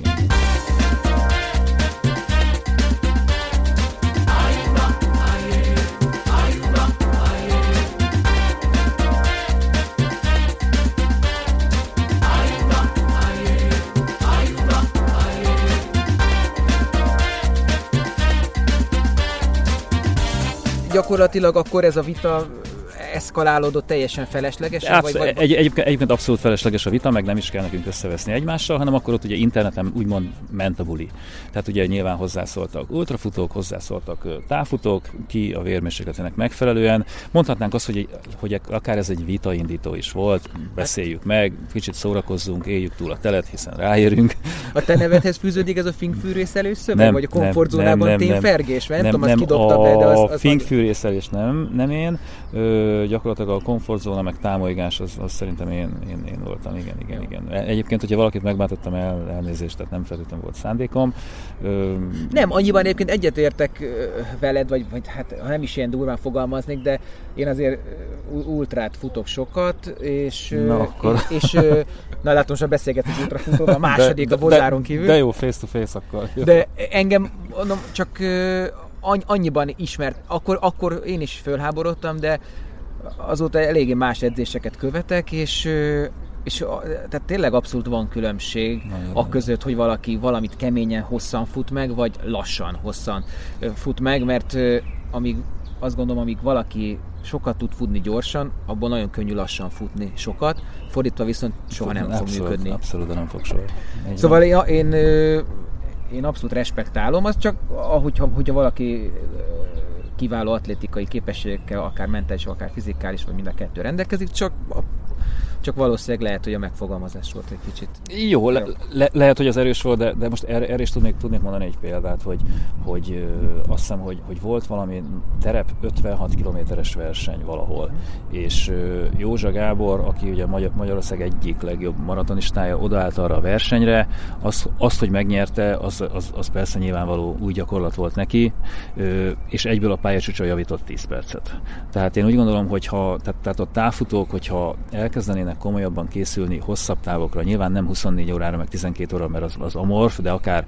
Gyakorlatilag akkor ez a vita eszkalálódott teljesen feleslegesen? Hát, egyébként abszolút felesleges a vita, meg nem is kell nekünk összeveszni egymással, hanem akkor ott ugye interneten úgymond ment a buli. Tehát ugye nyilván hozzászóltak ultrafutók, hozzászóltak távfutók, ki a vérmérsékletének megfelelően. Mondhatnánk azt, hogy akár ez egy vitaindító is volt, beszéljük meg, kicsit szórakozzunk, éljük túl a telet, hiszen ráérünk. A te nevedhez fűződik ez a fingfűrészelő szöveg, vagy a komfortzónában tényfergés? Nem tudom, azt kidobta be, de az... A fingfűrészelés nem én. gyakorlatilag a komfortzóna meg támolygás, az szerintem én voltam, igen. Egyébként, hogyha valakit megbántottam, elnézést, tehát nem feltétlenül volt szándékom. Nem, annyiban egyébként egyetértek veled, vagy hát ha nem is ilyen durván fogalmaznék, de én azért ultrát futok sokat, és na látom, most beszélgetünk ultrafutóval, a második a Bozáron kívül. De jó, face to face akkor. De engem mondom, csak annyiban ismert, akkor én is fölháborodtam, de azóta eléggé más edzéseket követek, és tehát tényleg abszolút van különbség között, hogy valaki valamit keményen hosszan fut meg, vagy lassan hosszan fut meg, mert azt gondolom, amíg valaki sokat tud futni gyorsan, abban nagyon könnyű lassan futni sokat, fordítva viszont soha nem fog működni. Abszolút nem fog soha. Szóval én abszolút respektálom, az csak, hogyha valaki kiváló atlétikai képességekkel, akár mentális, akár fizikális, vagy mind a kettő rendelkezik, csak valószínűleg lehet, hogy a megfogalmazás volt egy kicsit. Jó, lehet, hogy az erős volt, de most erre is tudnék mondani egy példát, hogy azt hiszem, hogy volt valami terep 56 kilométeres verseny valahol, és Józsa Gábor, aki ugye Magyarország egyik legjobb maratonistája, odaállt arra a versenyre, azt hogy megnyerte, az persze nyilvánvaló új gyakorlat volt neki, és egyből a pályacsúcson javított 10 percet. Tehát én úgy gondolom, tehát a távfutók, hogyha elkezdenének komolyabban készülni hosszabb távokra, nyilván nem 24 órára, meg 12 óra, mert az amorf, de akár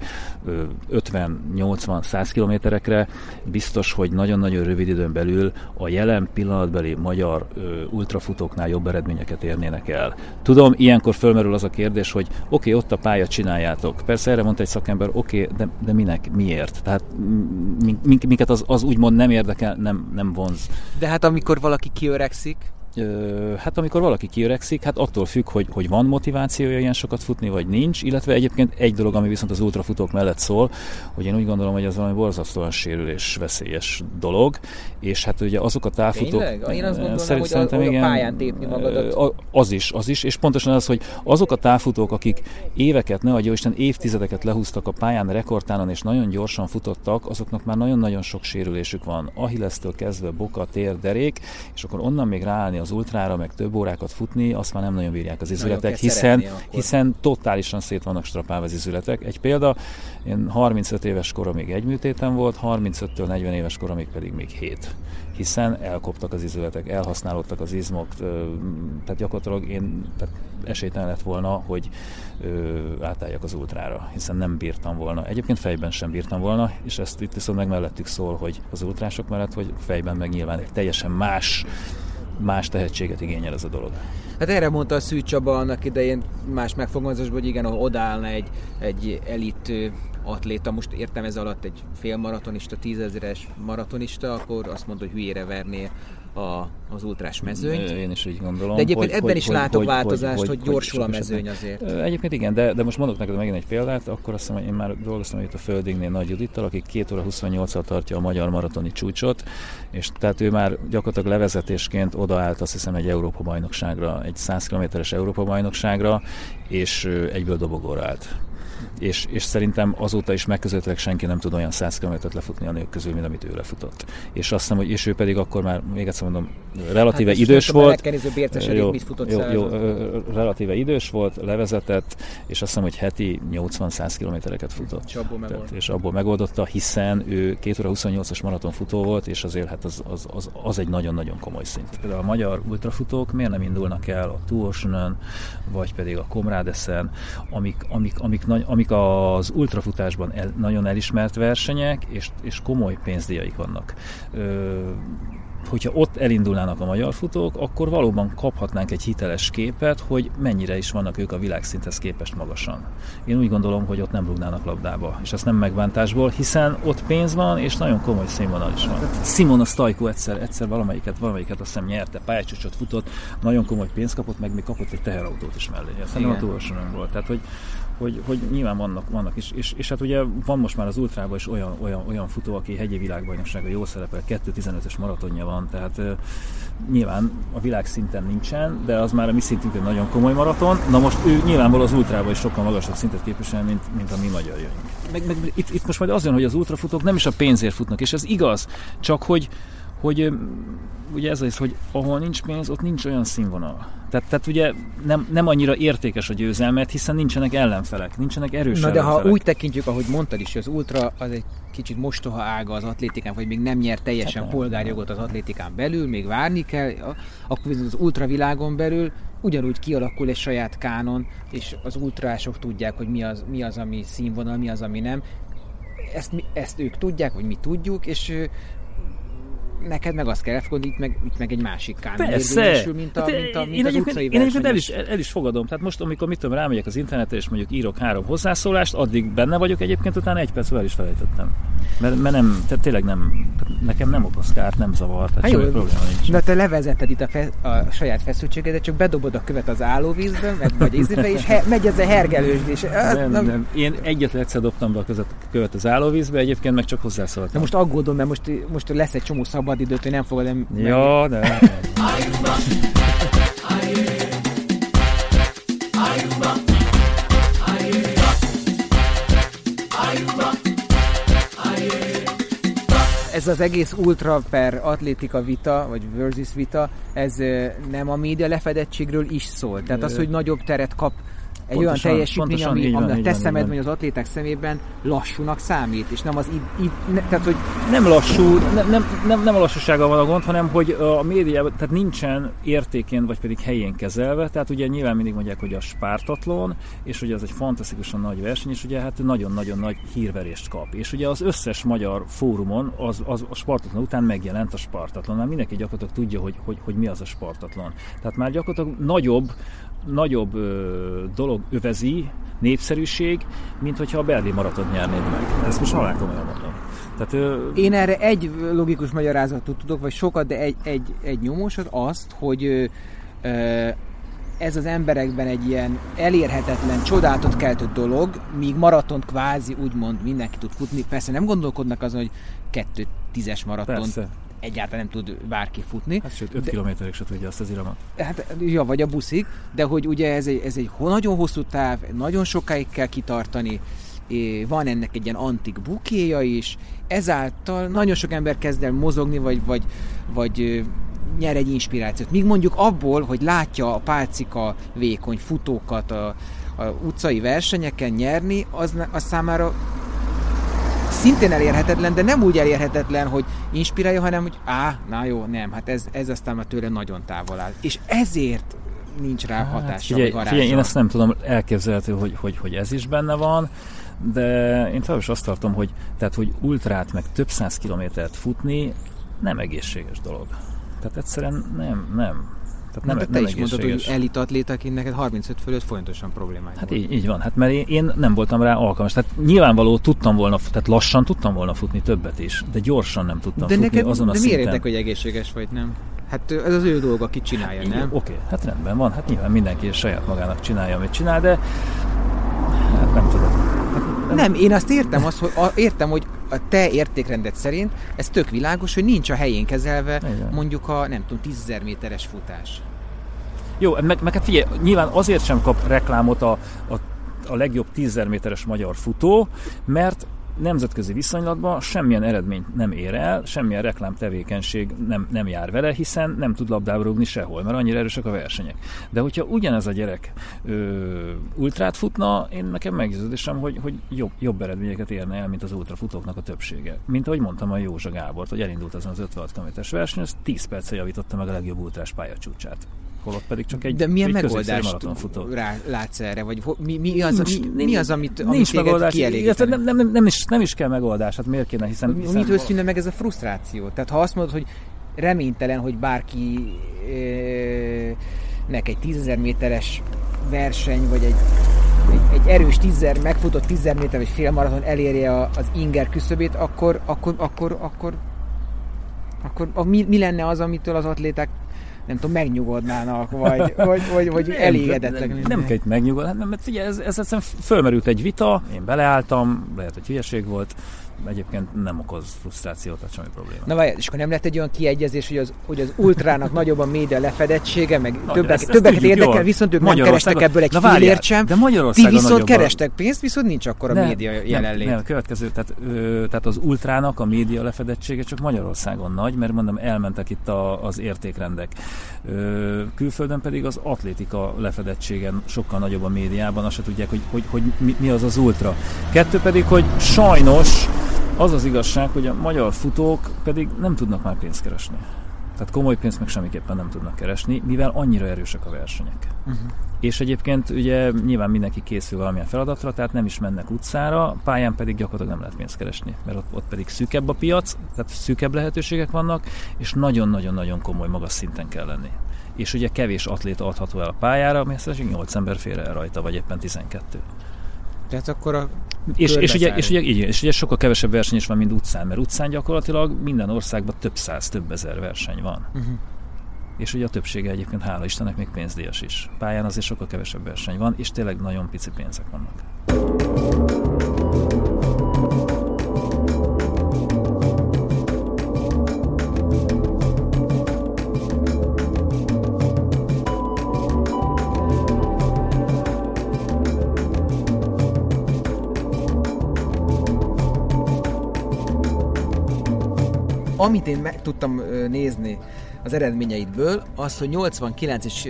50-80-100 kilométerekre, biztos, hogy nagyon-nagyon rövid időn belül a jelen pillanatbeli magyar ultrafutóknál jobb eredményeket érnének el. Tudom, ilyenkor fölmerül az a kérdés, hogy oké, ott a pálya, csináljátok. Persze erre mondta egy szakember, oké, de miért? Tehát minket az úgymond nem érdekel, nem vonz. De hát amikor valaki kiöregszik, Hát amikor valaki kiöregszik, hát attól függ, hogy van motivációja ilyen sokat futni, vagy nincs, illetve egyébként egy dolog, ami viszont az ultrafutók mellett szól, hogy én úgy gondolom, hogy ez valami borzasztóan sérülés veszélyes dolog, és hát ugye azok a távfutók... Tényleg? Én azt gondolom, hogy a pályán tépni magadat. Az is, és pontosan az, hogy azok a távfutók, akik éveket, ne adja Isten, évtizedeket lehúztak a pályán rekordtánon, és nagyon gyorsan futottak, azoknak már nagyon-nagyon sok sérülésük van. Achillesztől kezdve boka, tér, derék, és akkor onnan még ráállni az ultrára, meg több órákat futni, azt már nem nagyon bírják az izületek, hiszen totálisan szét vannak strapálva az izületek. Egy példa, én 35 éves koromig egy műtétem volt, 35-től 40 éves koromig pedig még 7. Hiszen elkoptak az izületek, elhasználódtak az izmok, tehát gyakorlatilag tehát esélytelen lett volna, hogy átálljak az ultrára, hiszen nem bírtam volna. Egyébként fejben sem bírtam volna, és ezt itt viszont meg mellettük szól, hogy az ultrások mellett, hogy fejben meg nyilván egy teljesen más tehetséget igényel ez a dolog. Hát erre mondta a Szűcs Csaba annak idején más megfogalmazásban, hogy igen, ha odaállna egy elit atléta, most értem ez alatt egy félmaratonista, 10 000-es maratonista, akkor azt mondta, hogy hülyére verné az ultrás mezőnyt. Én is így gondolom. De egyébként ebben is látok változást, hogy gyorsul a mezőny azért. Egyébként igen, de most mondok neked megint egy példát, akkor azt hiszem, én már dolgoztam itt a Földingnél Nagy Judittal, aki 2 óra 28-al tartja a magyar maratoni csúcsot, és tehát ő már gyakorlatilag levezetésként odaállt, azt hiszem, egy Európa-bajnokságra, egy 100 km-es Európa-bajnokságra, és egyből dobogóra állt. És szerintem azóta is megközelítőleg senki nem tud olyan 100 km-t lefutni a nők közül, mint amit ő lefutott. És azt hiszem, hogy és ő pedig akkor már, még egyszer mondom, relatíve idős volt. Relatíve idős volt, levezetett, és azt hiszem, hogy heti 80-100 kilométereket futott. És abból megoldotta, hiszen ő 2 óra 28-as maratonfutó volt, és azért hát az egy nagyon-nagyon komoly szint. Például a magyar ultrafutók miért nem indulnak el a Two Oceanon, vagy pedig a Comrades-en, amik az ultrafutásban nagyon elismert versenyek, és komoly pénzdíjaik vannak. Hogyha ott elindulnának a magyar futók, akkor valóban kaphatnánk egy hiteles képet, hogy mennyire is vannak ők a világszinthez képest magasan. Én úgy gondolom, hogy ott nem rúgnának labdába, és ezt nem megbántásból, hiszen ott pénz van, és nagyon komoly színvonal is van. Simona Stajko egyszer valamelyiket azt hiszem nyerte, pályácsúcsot futott, nagyon komoly pénzt kapott, meg még kapott egy teherautót is mellé. Ez nem a Two Oceanon volt. Tehát, hogy nyilván vannak is, és hát ugye van most már az ultrában is olyan futó, aki hegyi világbajnoksága jól szerepel, 2.15-ös maratonja van, tehát nyilván a világszinten nincsen, de az már a mi szintünkön nagyon komoly maraton. Na most ő nyilvánvalóan az ultrában is sokkal magasabb szintet képvisel, mint a mi magyarjaink. Meg itt most majd az jön, hogy az ultrafutók nem is a pénzért futnak, és ez igaz, csak hogy ugye ez az, hogy ahol nincs pénz, ott nincs olyan színvonal. Tehát ugye nem annyira értékes a győzelmet, hiszen nincsenek ellenfelek, nincsenek erős ellenfelek. Na de ha úgy tekintjük, ahogy mondtad is, hogy az ultra az egy kicsit mostoha ága az atlétikán, vagy még nem nyert teljesen polgárjogot az atlétikán belül, még várni kell, akkor az ultravilágon belül ugyanúgy kialakul egy saját kánon, és az ultrások tudják, hogy mi az, ami színvonal, mi az, ami nem. Ezt ők tudják, vagy mi tudjuk, és neked meg azt kell elfogadni, itt meg egy másik kánon érvényesül, mint az utcai versenyes. Én el is fogadom. Tehát most, amikor rámegyek az internetre, és mondjuk írok 3 hozzászólást, addig benne vagyok egyébként, utána 1 perc el is felejtettem. Mert nem, tehát tényleg nem, nekem nem okoz kárt, nem zavar, tehát semmi probléma nincs. De te levezetted itt a saját feszültségedet, csak bedobod a követ az állóvízbe, vagy ízbe, és megy ez a hergelős. Nem. Én egyszer dobtam be a követ az állóvízbe, egyébként meg csak hozzászóltam. De most aggódom, mert most lesz egy csomó szabadidőt, hogy nem fogod Ja, de... Ez az egész ultra per atlétika vita, vagy versus vita, ez nem a média lefedettségről is szól. Tehát az, hogy nagyobb teret kap egy olyan teljesítmény, ami a te szemedben, az atléták szemében lassúnak számít, és nem az tehát, hogy... Nem lassú, nem a lassúsággal van a gond, hanem hogy a médiában, tehát nincsen értékén, vagy pedig helyén kezelve, tehát ugye nyilván mindig mondják, hogy a spártatlon, és ugye ez egy fantasztikusan nagy verseny, és ugye hát nagyon-nagyon nagy hírverést kap. És ugye az összes magyar fórumon az a spártatlon után megjelent a spártatlon. Már mindenki gyakorlatilag tudja, hogy mi az a spártatlon. Tehát már gyakorlatilag nagyobb dolog övezi, népszerűség, mint hogyha a Berlin maratont nyernéd meg. Ezt most halál komolyan mondom. Tehát, én erre egy logikus magyarázatot tudok, vagy sokat, de egy nyomósat azt, hogy ez az emberekben egy ilyen elérhetetlen, csodálatot keltő dolog, míg maratont kvázi úgymond mindenki tud futni. Persze nem gondolkodnak azon, hogy 2:10-es maratont egyáltalán nem tud bárki futni. Hát sőt, 5 kilométerig se tudja azt az iramot. Hát, ja, vagy a buszig, de hogy ugye ez egy nagyon hosszú táv, nagyon sokáig kell kitartani, van ennek egy ilyen antik bukéja is, ezáltal nagyon sok ember kezd el mozogni, vagy nyer egy inspirációt. Míg mondjuk abból, hogy látja a pálcika vékony futókat a utcai versenyeken nyerni, az számára szintén elérhetetlen, de nem úgy elérhetetlen, hogy inspirálja, hanem hogy na jó, nem, hát ez aztán már tőle nagyon távol áll. És ezért nincs rá hatása, vagy varázsa. Figyelj, én ezt nem tudom, elképzelhető, hogy ez is benne van, de én tovább is azt tartom, hogy ultrát meg több 100 kilométert futni nem egészséges dolog. Tehát egyszerűen nem. Tehát nem, te is mondtad, hogy elitatlétaként neked 35 fölött folyamatosan problémáid Hát így van, hát mert én nem voltam rá alkalmas. Tehát nyilvánvaló tehát lassan tudtam volna futni többet is, de gyorsan nem tudtam futni azon a szinten. De miért értek, hogy egészséges vagy, nem? Hát ez az ő dolga, aki csinálja, nem? Oké, hát rendben van, hát nyilván mindenki saját magának csinálja, amit csinál, de hát nem tudom. Nem, én azt értem, hogy a te értékrendet szerint ez tök világos, hogy nincs a helyén kezelve mondjuk a, nem tudom, 10.000 méteres futás. Jó, meg hát figyelj, nyilván azért sem kap reklámot a legjobb 10.000 méteres magyar futó, mert nemzetközi viszonylatban semmilyen eredményt nem ér el, semmilyen reklámtevékenység nem jár vele, hiszen nem tud labdába rúgni sehol, mert annyira erősek a versenyek. De hogyha ugyanez a gyerek ultrát futna, én nekem meggyőződésem, hogy jobb eredményeket érne el, mint az ultrafutóknak a többsége. Mint ahogy mondtam a Józsa Gábort, hogy elindult azon az 56 km-es verseny, az 10 perccel javította meg a legjobb ultrás pályacsúcsát. Holott pedig csak egy de milyen megoldást látsz erre? Vagy mi az, amit téged kielégítene? Nem is kell megoldás, hát miért kéne, hiszen mitől szűnne meg ez a frusztráció? Tehát ha azt mondod, hogy reménytelen, hogy bárki egy 10.000 méteres verseny, vagy egy erős megfutott 10.000 méter vagy félmaraton elérje az inger küszöbét, akkor mi lenne az, amitől az atléták nem tudom, megnyugodnának, vagy elégedetlenek. Nem kell itt megnyugodni, mert figyelj, ez egyszerűen fölmerült egy vita, én beleálltam, lehet, hogy hülyeség volt, egyébként nem okoz frusztrációt, tehát semmi probléma. Na várjál, és akkor nem lett egy olyan kiegyezés, hogy az ultrának nagyobb a média lefedettsége, meg többeket érdekel, viszont ők nem kerestek ebből egy fillért sem. De Magyarországon ti viszont kerestek pénzt, viszont nincs akkor a média jelenlét. Nem, következő, tehát az ultrának a média lefedettsége csak Magyarországon nagy, mert mondom, elmentek itt az értékrendek. Külföldön pedig az atlétika lefedettségen sokkal nagyobb a médiában, azt se tudják, hogy mi az az ultra. Kettő pedig, hogy sajnos az az igazság, hogy a magyar futók pedig nem tudnak már pénzt keresni. Tehát komoly pénzt meg semmiképpen nem tudnak keresni, mivel annyira erősek a versenyek. És egyébként ugye nyilván mindenki készül valamilyen feladatra, tehát nem is mennek utcára, pályán pedig gyakorlatilag nem lehet pénzt keresni, mert ott pedig szűkebb a piac, tehát szűkebb lehetőségek vannak, és nagyon-nagyon-nagyon komoly magas szinten kell lenni. És ugye kevés atléta adható el a pályára, mert 8 ember fér el rajta, vagy éppen 12. Tehát akkor és ugye sokkal kevesebb verseny is van, mint utcán, mert utcán gyakorlatilag minden országban több száz, több ezer verseny van. És ugye a többsége egyébként, hála Istennek, még pénzdíjas is. Pályán azért sokkal kevesebb verseny van, és tényleg nagyon pici pénzek vannak. Amit én meg tudtam nézni az eredményeidből, az, hogy 89 és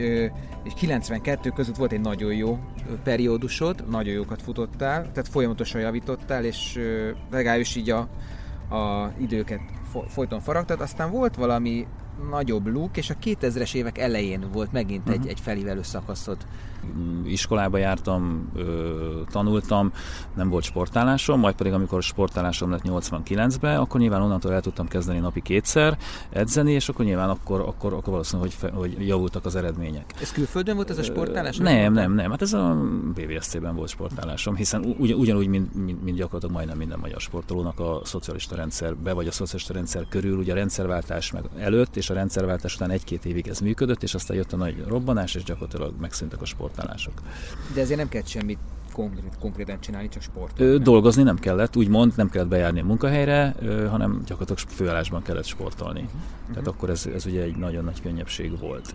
92 között volt egy nagyon jó periódusod, nagyon jókat futottál, tehát folyamatosan javítottál, és legalábbis így a időket folyton faragtad. Aztán volt valami nagyobb luk, és a 2000-es évek elején volt megint egy felívelő szakaszod. Iskolába jártam, tanultam, nem volt sportállásom, majd pedig amikor sportállásom lett 89-ben, akkor nyilván onnantól el tudtam kezdeni napi 2-szer edzeni, és akkor nyilván akkor valószínűleg, hogy javultak az eredmények. Ez külföldön volt ez a sportállás? Nem. Hát ez a BVSC-ben volt sportállásom, hiszen ugyanúgy, mint gyakorlatilag majdnem minden magyar sportolónak a szocialista rendszerbe, vagy a szocialista rendszer körül, ugye a rendszerváltás meg előtt, és a rendszerváltás után 1-2 évig ez működött, és aztán jött a nagy robbanás, és gyakorlatilag megszűntek a sportálások. De ezért nem kellett semmit konkrétan csinálni, csak sportolni. Dolgozni nem kellett, úgymond nem kellett bejárni a munkahelyre, hanem gyakorlatilag főállásban kellett sportolni. Tehát akkor ez ugye egy nagyon nagy könnyebbség volt.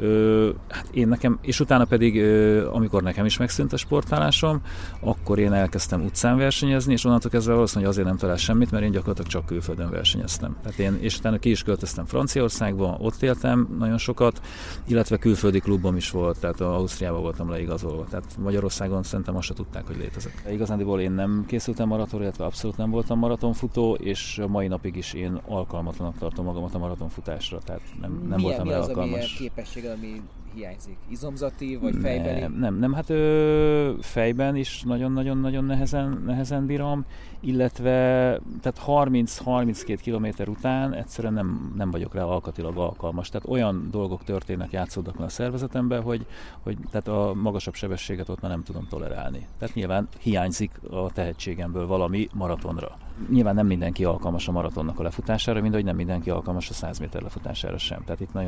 Hát én nekem, és utána pedig, amikor nekem is megszűnt a sportállásom, akkor én elkezdtem utcán versenyezni, és onnantól kezdve valószínűleg azért nem talál semmit, mert én gyakorlatilag csak külföldön versenyeztem. Tehát és utána ki is költöztem Franciaországba, ott éltem nagyon sokat, illetve külföldi klubom is volt, tehát Ausztriában voltam leigazolva. Tehát Magyarországon szerintem azt se tudták, hogy létezek. Igazándiból én nem készültem maratonra, illetve abszolút nem voltam maratonfutó, és a mai napig is én alkalmatlanak tartom magamat a maratonfutásra, tehát nem voltam rá alkalmas. Mi az a képesség, ami hiányzik? Izomzati, vagy fejbeli? Nem, hát fejben is nagyon-nagyon nehezen bírom, illetve tehát 30-32 kilométer után egyszerűen nem vagyok rá alkatilag alkalmas. Tehát olyan dolgok történnek, játszódnak le a szervezetemben, hogy tehát a magasabb sebességet ott már nem tudom tolerálni. Tehát nyilván hiányzik a tehetségemből valami maratonra. Nyilván nem mindenki alkalmas a maratonnak a lefutására, mint ahogy nem mindenki alkalmas a 100 méter lefutására sem. Tehát itt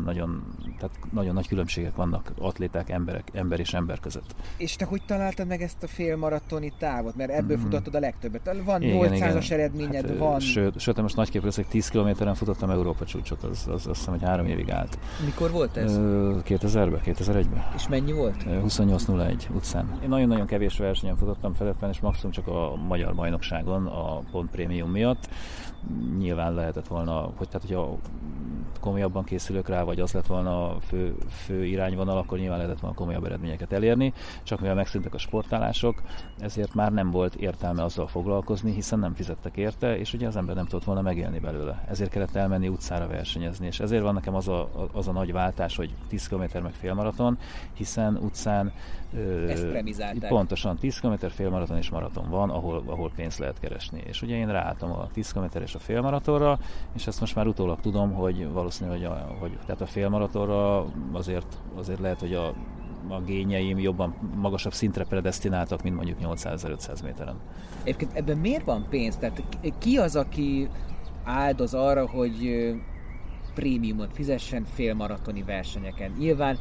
nagyon nagy különbségek vannak atléták, ember és ember között. És te hogy találtad meg ezt a félmaratoni távot? Mert ebből futottad a legtöbbet. Van 800-as eredményed, hát, van... Sőt, most nagyképp hogy 10 kilométeren futottam Európa csúcsot, azt hiszem, hogy 3 évig állt. Mikor volt ez? 2001-ben. És mennyi volt? 28.01 utcán. Én nagyon-nagyon kevés versenyen futottam Feletten, és maximum csak a magyar bajnokságon, a pontprémium miatt. Nyilván lehetett volna, hogyha komolyabban készülök rá, vagy az lett volna a fő irányvonal, akkor nyilván lehetett volna komolyabb eredményeket elérni, csak mivel megszűntek a sportálások, ezért már nem volt értelme azzal foglalkozni, hiszen nem fizettek érte, és ugye az ember nem tudott volna megélni belőle. Ezért kellett elmenni utcára versenyezni, és ezért van nekem az a nagy váltás, hogy 10 km meg félmaraton, hiszen utcán ezt premizálták. Pontosan 10 km félmaraton és maraton van, ahol pénzt lehet keresni. És ugye én ráálltam a 10 km és a félmaratonra, és ezt most már utólag tudom, hogy valószínű, hogy tehát a félmaratonra azért lehet, hogy a gényeim jobban magasabb szintre predesztináltak, mint mondjuk 800-500 méteren. Egyébként ebben miért van pénz? Tehát ki az, aki áldoz arra, hogy prémiumot fizessen félmaratoni versenyeken? Nyilván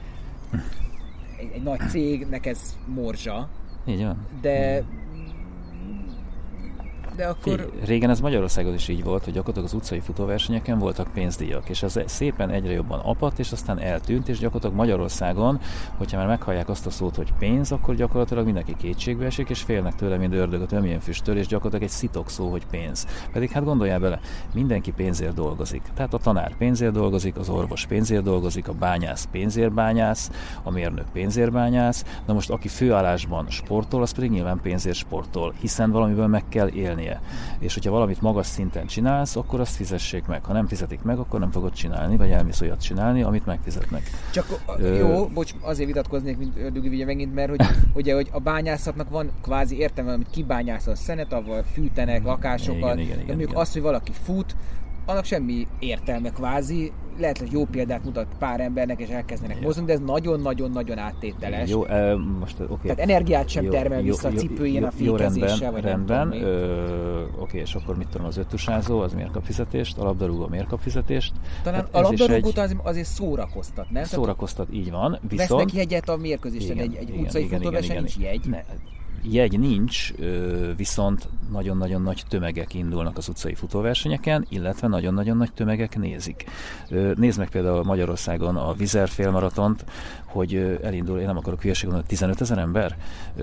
egy nagy cégnek ez morzsa, így van. de De akkor... Régen ez Magyarországon is így volt, hogy gyakorlatilag az utcai futóversenyeken voltak pénzdíjak, és ez szépen egyre jobban apadt, és aztán eltűnt, és gyakorlatilag Magyarországon, hogyha már meghallják azt a szót, hogy pénz, akkor gyakorlatilag mindenki kétségbe esik, és félnek tőle, mint ördögöt ömjén füsttől, és gyakorlatilag egy szitok szó, hogy pénz. Pedig hát gondoljál bele, mindenki pénzért dolgozik. Tehát a tanár pénzért dolgozik, az orvos pénzért dolgozik, a bányász pénzért bányász, a mérnök pénzért bányász. Na most aki főállásban sportol, az pedig nyilván pénzért sportol, hiszen valamiből meg kell élnie. És hogyha valamit magas szinten csinálsz, akkor azt fizessék meg. Ha nem fizetik meg, akkor nem fogod csinálni, vagy elmész olyat csinálni, amit megfizetnek. Csak jó, bocs, azért vitatkoznék, mint Ördögi Vigye megint, mert hogy a bányászatnak van kvázi értelme, amit kibányászol szenetavval, fűtenek lakásokat, de mondjuk az, hogy valaki fut, annak semmi értelme kvázi. Lehet, hogy jó példát mutat pár embernek, és elkezdenek mozogni, de ez nagyon-nagyon-nagyon áttételes. Jó, most oké. Tehát energiát sem termel vissza a cipőjén a fékezéssel, vagy rendben. Oké, és akkor mit tudom, az öttusázó, az miért kap fizetést, a labdarúgó miért kap fizetést? Talán hát a labdarúgót azért szórakoztat, nem? Szórakoztat, így van. Vesznek jegyet a mérkőzésen, egy utcai futóversenyen nincs jegy. Jegy nincs, viszont nagyon-nagyon nagy tömegek indulnak az utcai futóversenyeken, illetve nagyon-nagyon nagy tömegek nézik. Nézd meg például Magyarországon a Vizer félmaratont, hogy elindul, én nem akarok hülyeséget mondani, 15 000 ember.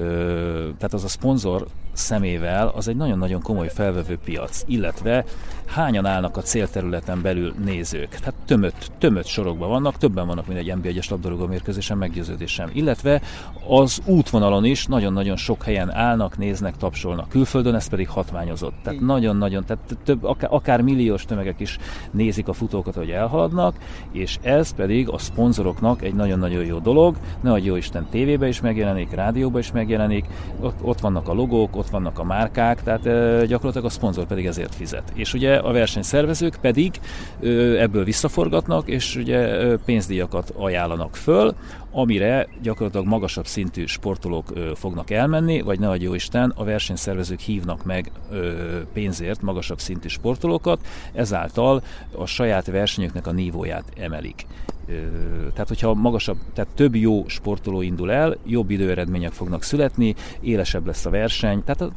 Tehát az a szponzor szemével az egy nagyon-nagyon komoly felvevő piac, illetve hányan állnak a célterületen belül nézők. Tehát tömött sorokban vannak, többen vannak, mint egy NB1-es labdarúgó mérkőzésen, meggyőződésem. Illetve az útvonalon is nagyon-nagyon sok helyen állnak, néznek, tapsolnak. Külföldön ez pedig hatványozott. Tehát nagyon-nagyon, tehát akár milliós tömegek is nézik a futókat, hogy elhaladnak, és ez pedig a szponzoroknak egy nagyon-nagyon jó dolog. Ne adj jó Isten, tévébe is megjelenik, rádióba is megjelenik, ott vannak a logók, ott vannak a márkák, tehát gyakorlatilag a szponzor pedig ezért fizet. És ugye a versenyszervezők pedig ebből visszaforgatnak, és ugye pénzdíjakat ajánlanak föl, amire gyakorlatilag magasabb szintű sportolók fognak elmenni, vagy ne adj jó Isten, a versenyszervezők hívnak meg pénzért magasabb szintű sportolókat, ezáltal a saját versenyüknek a nívóját emelik. Tehát, hogyha tehát több jó sportoló indul el, jobb időeredmények fognak születni, élesebb lesz a verseny, tehát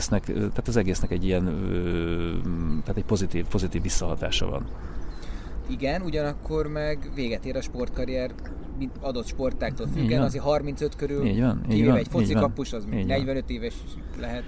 az egésznek egy ilyen, tehát egy pozitív visszahatása van. Igen, ugyanakkor meg véget ér a sportkarrier, mint adott sportáktól függően, azért 35 körül kivéve egy focikapus, az 45 éves lehet.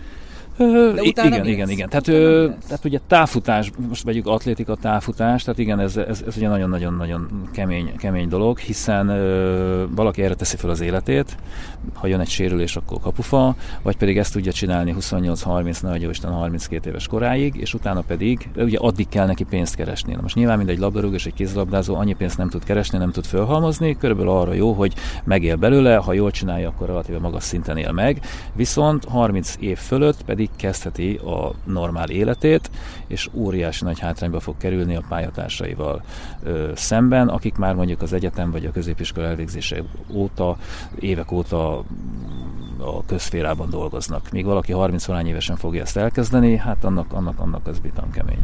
Igen. Tehát ugye távfutás, most vegyük atlétika, távfutás, tehát igen, ez ugye nagyon-nagyon-nagyon kemény dolog, hiszen valaki erre teszi fel az életét, ha jön egy sérülés, akkor kapufa, vagy pedig ezt tudja csinálni 28-30, ne adj jó Isten, 32 éves koráig, és utána pedig, ugye addig kell neki pénzt keresni. Na most nyilván mindegy labdarúgó és egy kézilabdázó annyi pénzt nem tud keresni, nem tud fölhalmozni, körülbelül arra jó, hogy megél belőle, ha jól csinálja, akkor relatíve magas szinten él meg, viszont 30 év fölött pedig kezdheti a normál életét, és óriási nagy hátrányba fog kerülni a pályatársaival szemben, akik már mondjuk az egyetem vagy a középiskola elvégzése óta, évek óta a közszférában dolgoznak. Míg valaki 30-valány évesen fogja ezt elkezdeni, hát annak az bitan kemény.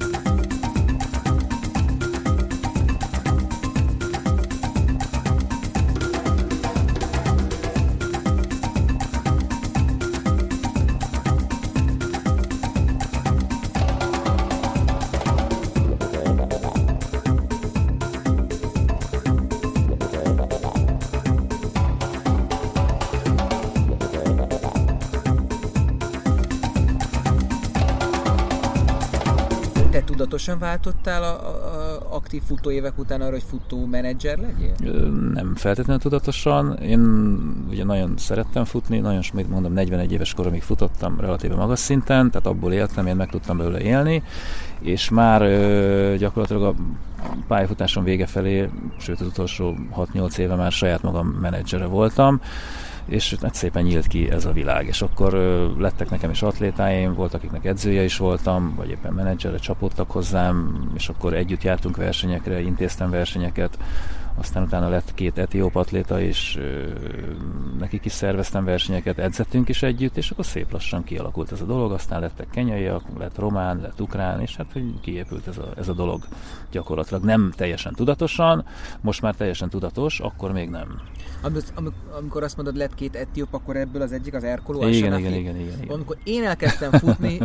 Tudatosan váltottál a aktív futóévek után arra, hogy futómenedzser legyél? Nem feltétlenül tudatosan. Én ugye nagyon szerettem futni, mondom, 41 éves koromig futottam relatíve magas szinten, tehát abból éltem, én meg tudtam belőle élni, és már gyakorlatilag a pályafutásom vége felé, sőt az utolsó 6-8 éve már saját magam menedzsere voltam, és szépen nyílt ki ez a világ. És akkor lettek nekem is atlétáim, volt, akiknek edzője is voltam, vagy éppen menedzsere, csapódtak hozzám, és akkor együtt jártunk versenyekre, intéztem versenyeket, aztán utána lett 2 etióp atléta, és nekik is szerveztem versenyeket, edzettünk is együtt, és akkor szép lassan kialakult ez a dolog, aztán lettek kenyaiak, lett román, lett ukrán, és hát hogy kiépült ez a dolog gyakorlatilag. Nem teljesen tudatosan, most már teljesen tudatos, akkor még nem. Amikor azt mondod, lett 2 etióp, akkor ebből az egyik az Erkoló Igen. Amikor én elkezdtem futni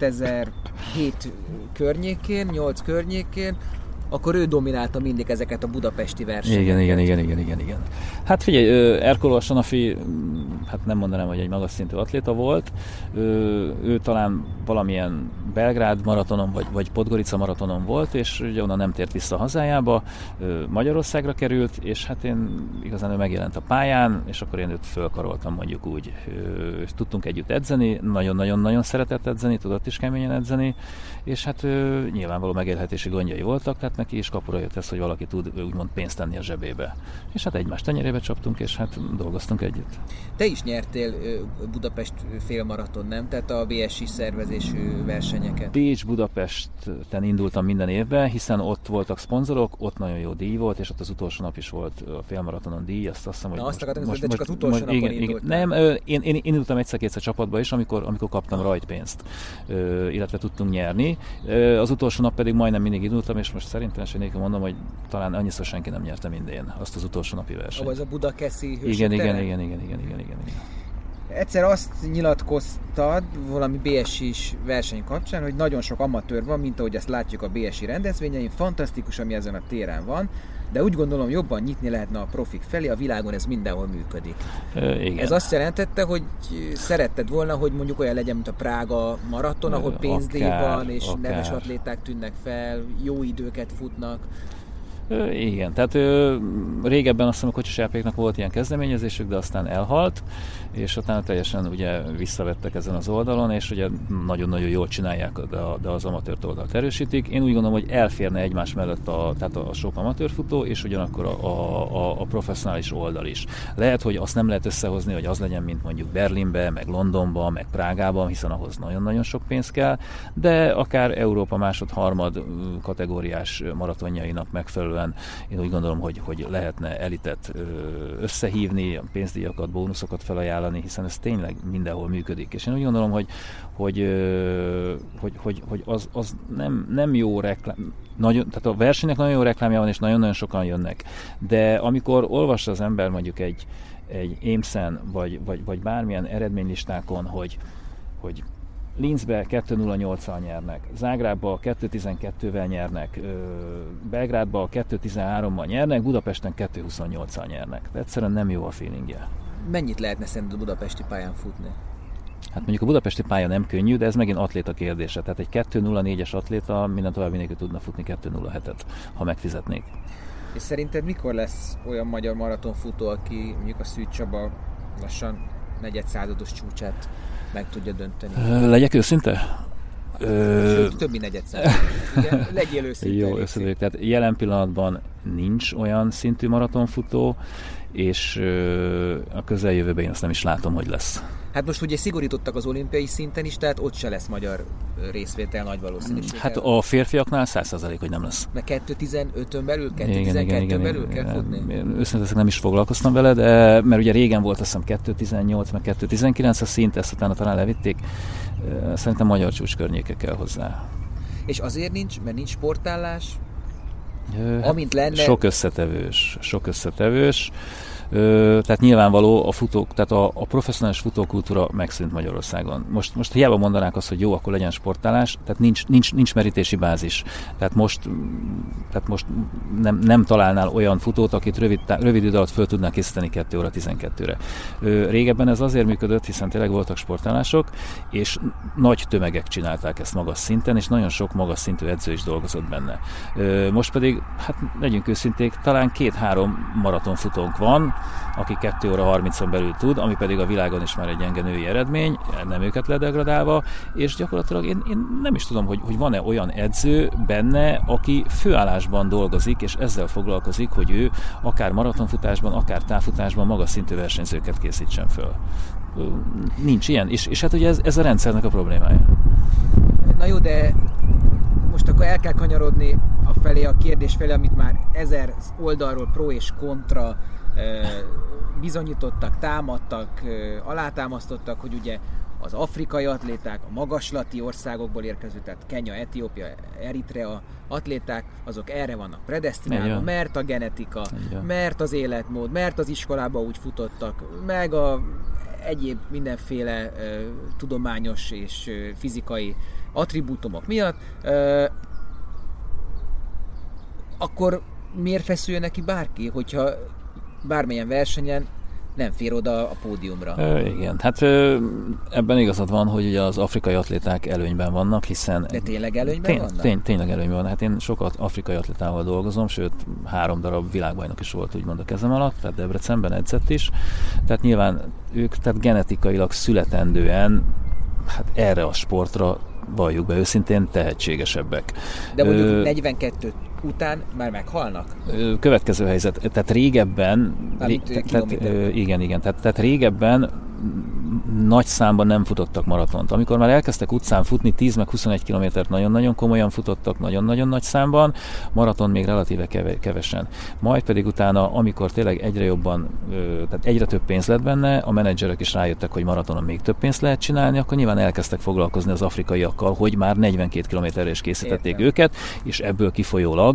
2007 környékén, 8 környékén, akkor ő dominálta mindig ezeket a budapesti versenyeket. Igen. Hát figyelj, Erkoló Asanafi, hát nem mondanám, hogy egy magas szintű atléta volt. Ő talán valamilyen Belgrád maratonon, vagy Podgorica maratonon volt, és ugye onnan nem tért vissza hazájába, Magyarországra került, és hát én igazán ő megjelent a pályán, és akkor én őt fölkaroltam, mondjuk úgy. Tudtunk együtt edzeni, nagyon-nagyon szeretett edzeni, tudott is keményen edzeni, és hát nyilvánvaló megélhetési gondjai voltak, tehát neki is kapura jött ez, hogy valaki tud úgymond pénzt tenni a zsebébe. És hát egymás tenyerébe csaptunk, és hát dolgoztunk együtt. Te is nyertél Budapest félmaraton, nem? Tehát a BSI szervezésű versenyeket. Budapesten indultam minden évben, hiszen ott voltak szponzorok, ott nagyon jó díj volt, és ott az utolsó nap is volt a félmaratonon díj, azt hiszem, hogy most csak az utolsó napon indultál. Nem, én indultam egyszer-kétszer csapatba is, amikor kaptam rajtpénzt, illetve tudtunk nyerni. Az utolsó nap pedig majdnem mindig indultam, és most szerintem nélkül mondom, hogy talán annyiszor senki nem nyerte mindén azt az utolsó napi versenyt. Az a Budakeszi hősök Igen. Egyszer azt nyilatkoztad valami BSI-s verseny kapcsán, hogy nagyon sok amatőr van, mint ahogy ezt látjuk a BSI rendezvényein, fantasztikus, ami ezen a téren van, de úgy gondolom jobban nyitni lehetne a profik felé, a világon ez mindenhol működik. Igen. Ez azt jelentette, hogy szeretted volna, hogy mondjuk olyan legyen, mint a Prága maraton, ahol pénzdíj van, és neves atléták tűnnek fel, jó időket futnak. Igen, tehát régebben azt hiszem a kocsisápéknak volt ilyen kezdeményezésük, de aztán elhalt, és utána teljesen ugye visszavettek ezen az oldalon, és ugye nagyon-nagyon jól csinálják, de az amatőr oldalt erősítik. Én úgy gondolom, hogy elférne egymás mellett tehát a sok amatőrfutó, és ugyanakkor a professzionális oldal is. Lehet, hogy azt nem lehet összehozni, hogy az legyen, mint mondjuk Berlinbe, meg Londonba, meg Prágában, hiszen ahhoz nagyon-nagyon sok pénz kell, de akár Európa másod-harmad kategóriás maratonjainak megfelelően én úgy gondolom, hogy lehetne elitet összehívni, pénzdíjakat, bónuszokat felajánlani, hiszen ez tényleg mindenhol működik. És én úgy gondolom, hogy az nem jó reklám. Tehát a versenynek nagyon jó reklámja van, és nagyon-nagyon sokan jönnek. De amikor olvassa az ember mondjuk egy Aimsen, vagy bármilyen eredménylistákon, hogy Linzbe 2.08-al nyernek, Zágrábba 2.12-vel nyernek, Belgrádba 2.13-mal nyernek, Budapesten 2.28-al nyernek. De egyszerűen nem jó a feelingje. Mennyit lehetne szerinted a budapesti pályán futni? Hát mondjuk a budapesti pálya nem könnyű, de ez megint atléta kérdése. Tehát egy 2.04-es atléta minden további nélkül tudna futni 2.07-et, ha megfizetnék. És szerinted mikor lesz olyan magyar maratonfutó, aki mondjuk a Szűcs Csaba lassan negyedszázados csúcsát meg tudja dönteni? Legyek őszinte? Több mint negyedszázados. Legyél őszinte. Jó, őszinte. Tehát jelen pillanatban nincs olyan szintű maratonfutó, és a közeljövőben én azt nem is látom, hogy lesz. Hát most ugye szigorítottak az olimpiai szinten is, tehát ott se lesz magyar részvétel nagy valószínűséggel. Hát a férfiaknál 100%, hogy nem lesz. Mert 2.15-ön belül, 2.12-ön belül kell futni? Őszintén nem is foglalkoztam vele, de mert ugye régen volt azt hiszem 2.18, meg 2.19 a szint, ezt utána talán levitték. Szerintem magyar csúcs környéke kell hozzá. És azért nincs, mert nincs sportállás? Amint lenne... Sok összetevős. Tehát nyilvánvaló a futók, tehát a professzionális futókultúra megszűnt Magyarországon. Most hiába mondanák azt, hogy jó, akkor legyen sportállás, tehát nincs merítési bázis. Tehát most nem találnál olyan futót, akit rövid idő alatt föl tudnál készíteni 2 óra 12-re. Régebben ez azért működött, hiszen tényleg voltak sportállások, és nagy tömegek csinálták ezt magas szinten, és nagyon sok magas szintű edző is dolgozott benne. Most pedig, hát legyünk őszinték, talán 2-3 maratonfutónk van, aki 2 óra 30-on belül tud, ami pedig a világon is már egy gyenge női eredmény, nem őket ledegradálva, és gyakorlatilag én nem is tudom, hogy van-e olyan edző benne, aki főállásban dolgozik, és ezzel foglalkozik, hogy ő akár maratonfutásban, akár távfutásban magas szintű versenyzőket készítsen föl. Nincs ilyen, és hát ugye ez a rendszernek a problémája. Na jó, de most akkor el kell kanyarodni a kérdés felé, amit már 1000 oldalról pro és kontra bizonyítottak, támadtak, alátámasztottak, hogy ugye az afrikai atléták, a magaslati országokból érkező, tehát Kenya, Etiópia, Eritrea atléták, azok erre vannak predesztinálva, mert a genetika, mert az életmód, mert az iskolában úgy futottak, meg a egyéb mindenféle tudományos és fizikai attribútumok miatt, akkor miért feszüljön neki bárki, hogyha bármilyen versenyen nem fér oda a pódiumra? Igen, hát ebben igazad van, hogy ugye az afrikai atléták előnyben vannak, hiszen... De tényleg előnyben vannak? Tényleg előnyben van. Hát én sokat afrikai atlétával dolgozom, sőt 3 darab világbajnok is volt úgymond a kezem alatt, tehát Debrecenben edzett is. Tehát nyilván ők tehát genetikailag születendően hát erre a sportra, valljuk be őszintén, tehetségesebbek. De mondjuk 42 után már meghalnak? Következő helyzet, tehát régebben... Igen, tehát régebben nagy számban nem futottak maratont. Amikor már elkezdtek utcán futni, 10 meg 21 kilométert nagyon-nagyon komolyan futottak, nagyon-nagyon nagy számban, maraton még relatíve kevesen. Majd pedig utána, amikor tényleg egyre jobban, tehát egyre több pénz lett benne, a menedzserek is rájöttek, hogy maratonon még több pénzt lehet csinálni, akkor nyilván elkezdtek foglalkozni az afrikaiakkal, hogy már 42 kilométerre is készítették őket, és ebből kifolyólag,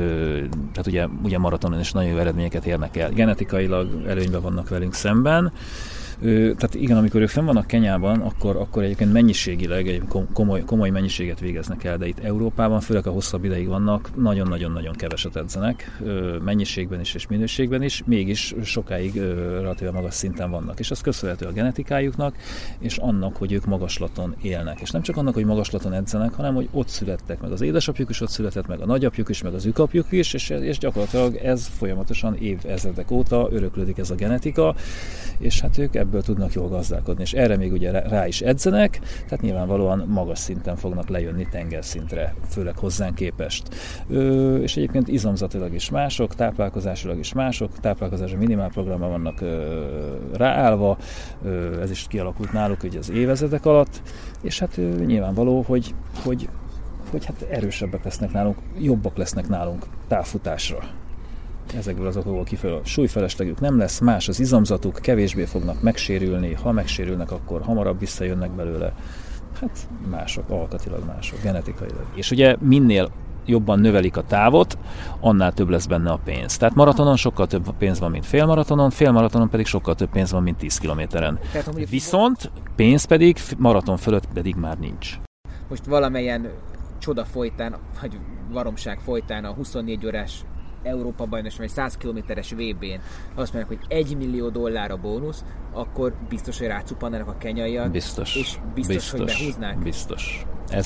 tehát ugye maratonon is nagyon jó eredményeket érnek el. Genetikailag előnyben vannak velünk szemben. Tehát igen, amikor ők fenn vannak Kenyában, akkor egyébként mennyiségileg egy komoly mennyiséget végeznek el, de itt Európában, főleg a hosszabb ideig vannak, nagyon-nagyon-nagyon keveset edzenek, mennyiségben is és minőségben is, mégis sokáig relatíve magas szinten vannak. És az köszönhető a genetikájuknak, és annak, hogy ők magaslaton élnek. És nem csak annak, hogy magaslaton edzenek, hanem hogy ott születtek, meg az édesapjuk is ott született, meg a nagyapjuk is, meg az ükapjuk is, és gyakorlatilag ez folyamatosan évezredek óta öröklődik ez a genetika, és hát ők ebből tudnak jól gazdálkodni, és erre még ugye rá is edzenek, tehát nyilvánvalóan magas szinten fognak lejönni tengerszintre, főleg hozzánk képest. És egyébként izomzatilag is mások, táplálkozásilag is mások, táplálkozási minimálprogramban vannak ráállva, ez is kialakult náluk ugye az évezredek alatt, és hát nyilvánvaló, hogy hát erősebbek lesznek nálunk, jobbak lesznek nálunk távfutásra. Ezekből azokból kifelől súlyfeleslegük nem lesz, más az izomzatuk, kevésbé fognak megsérülni, ha megsérülnek, akkor hamarabb visszajönnek belőle. Hát mások, alkatilag mások, genetikailag. És ugye minél jobban növelik a távot, annál több lesz benne a pénz. Tehát maratonon sokkal több pénz van, mint félmaratonon pedig sokkal több pénz van, mint 10 kilométeren. Viszont pénz pedig maraton fölött pedig már nincs. Most valamelyen csoda folytán, vagy baromság folytán a 24 órás Európa bajnokság, vagy 100 kilométeres VB-n azt mondják, hogy $1 millió a bónusz, akkor biztos, hogy rácupannának a kenyaiak. Biztos. És biztos, hogy behúznák. Biztos.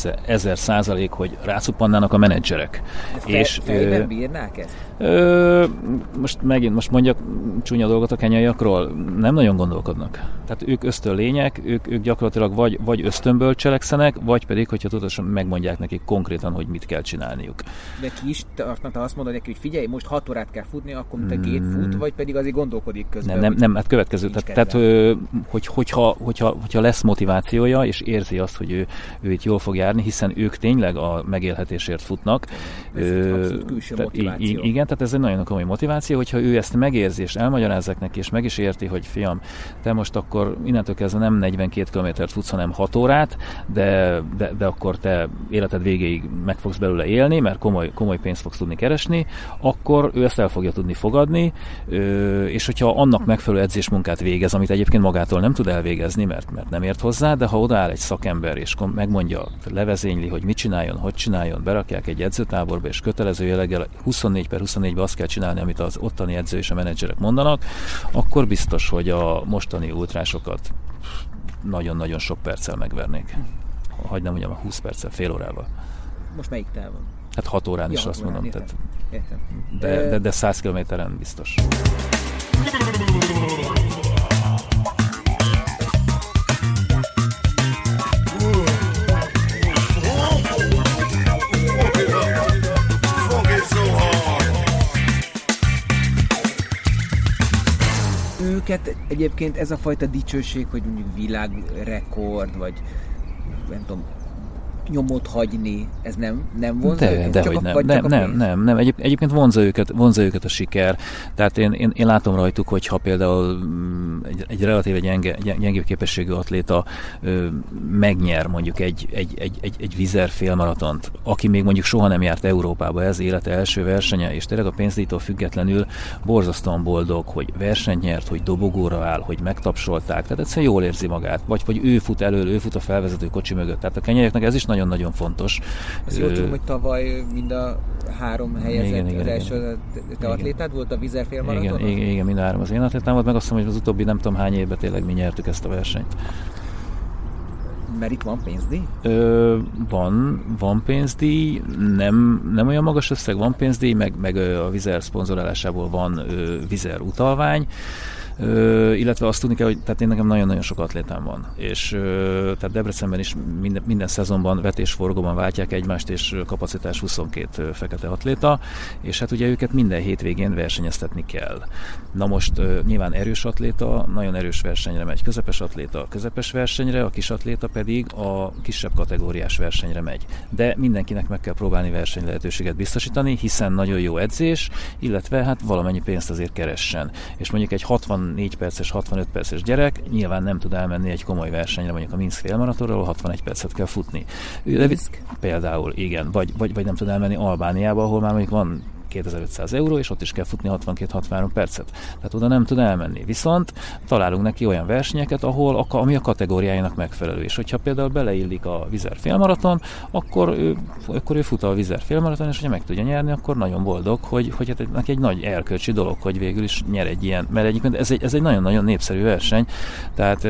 1000%, hogy rácupannának a menedzserek. És fejben bírnák ezt? Most mondjak csúnya dolgot a kenyaiakról, nem nagyon gondolkodnak. Tehát ők ösztönlények, ők gyakorlatilag vagy ösztönből cselekszenek, vagy pedig, hogyha tudatosan megmondják nekik konkrétan, hogy mit kell csinálniuk. De ki is tartana, azt mondod neki, hogy figyelj, most 6 órát kell futni, akkor mint a gép fut, vagy pedig azért gondolkodik közben? Nem, hát következő. Tehát hogyha lesz motivációja, és érzi azt, hogy ő itt jól fog járni, hiszen ők tényleg a megélhetésért futnak. Külső motiváció. Igen, tehát ez egy nagyon komoly motiváció, hogyha ő ezt megérzi, és elmagyarázzák neki, és meg is érti, hogy fiam, te most akkor innentől kezdve nem 42 kilométert futsz, hanem 6 órát, de akkor te életed végéig meg fogsz belőle élni, mert komoly pénzt fogsz tudni keresni, akkor ő ezt el fogja tudni fogadni, és hogyha annak megfelelő edzésmunkát végez, amit egyébként magától nem tud elvégezni, mert nem ért hozzá, de ha odaáll egy szakember, és megmondja, levezényli, hogy mit csináljon, hogy csináljon, berakják egy edzőtáborba, és kötelező jelleggel 24/24-ben azt kell csinálni, amit az ottani edző és a menedzserek mondanak, akkor biztos, hogy a mostani ultrásokat nagyon-nagyon sok perccel megvernék. Hagy nem mondjam, a 20 perccel, fél órával. Most melyik távon? Hát 6 órán is azt mondom. Értem. De 100 kilométeren biztos. Őket egyébként ez a fajta dicsőség, hogy mondjuk világrekord, vagy nem tudom, nyomot hagyni, ez nem vonza őket? Dehogy nem. Egyébként vonza őket a siker. Tehát én látom rajtuk, hogy ha például egy relatíve gyengébb képességű atléta megnyer mondjuk egy Vizer félmaratont, aki még mondjuk soha nem járt Európába, ez élete első versenye, és tényleg a pénzdíjtól függetlenül borzasztóan boldog, hogy versenyt nyert, hogy dobogóra áll, hogy megtapsolták, tehát egyszerűen jól érzi magát. Vagy ő fut elől, ő fut a felvezető kocsi mögött. Tehát a kenyaiaknak ez is nagyon-nagyon fontos. Ez jól tudom, hogy tavaly mind a 3 helyezett az első atlétád volt a Vizer félmaratonon? Igen, mind a 3 az én atlétám volt, meg azt mondom, hogy az utóbbi nem tudom hány évben tényleg mi nyertük ezt a versenyt. Mert itt van pénzdíj? Van pénzdíj, nem olyan magas összeg, van pénzdíj, meg a Vizer szponzorálásából van Vizer utalvány, illetve azt tudni kell, hogy tehát én nekem nagyon-nagyon sok atlétám van, és tehát Debrecenben is minden szezonban vetésforgóban váltják egymást, és kapacitás 22 fekete atléta, és hát ugye őket minden hétvégén versenyeztetni kell. Na most nyilván erős atléta nagyon erős versenyre megy, közepes atléta közepes versenyre, a kis atléta pedig a kisebb kategóriás versenyre megy. De mindenkinek meg kell próbálni versenylehetőséget biztosítani, hiszen nagyon jó edzés, illetve hát valamennyi pénzt azért keressen. És mondjuk egy 64 perces, 65 perces gyerek nyilván nem tud elmenni egy komoly versenyre, mondjuk a Minsk félmaratonra, ahol 61 percet kell futni. Például, igen, vagy nem tud elmenni Albániába, ahol már mondjuk van 2500 euró, és ott is kell futni 62-63 percet. Tehát oda nem tud elmenni. Viszont találunk neki olyan versenyeket, ami a kategóriájának megfelelő. És hogyha például beleillik a Vizer félmaraton, akkor ő fut a Vizer félmaraton, és hogyha meg tudja nyerni, akkor nagyon boldog, hogy hát neki egy nagy erkölcsi dolog, hogy végül is nyer egy ilyen, mert egyébként ez egy nagyon-nagyon népszerű verseny, tehát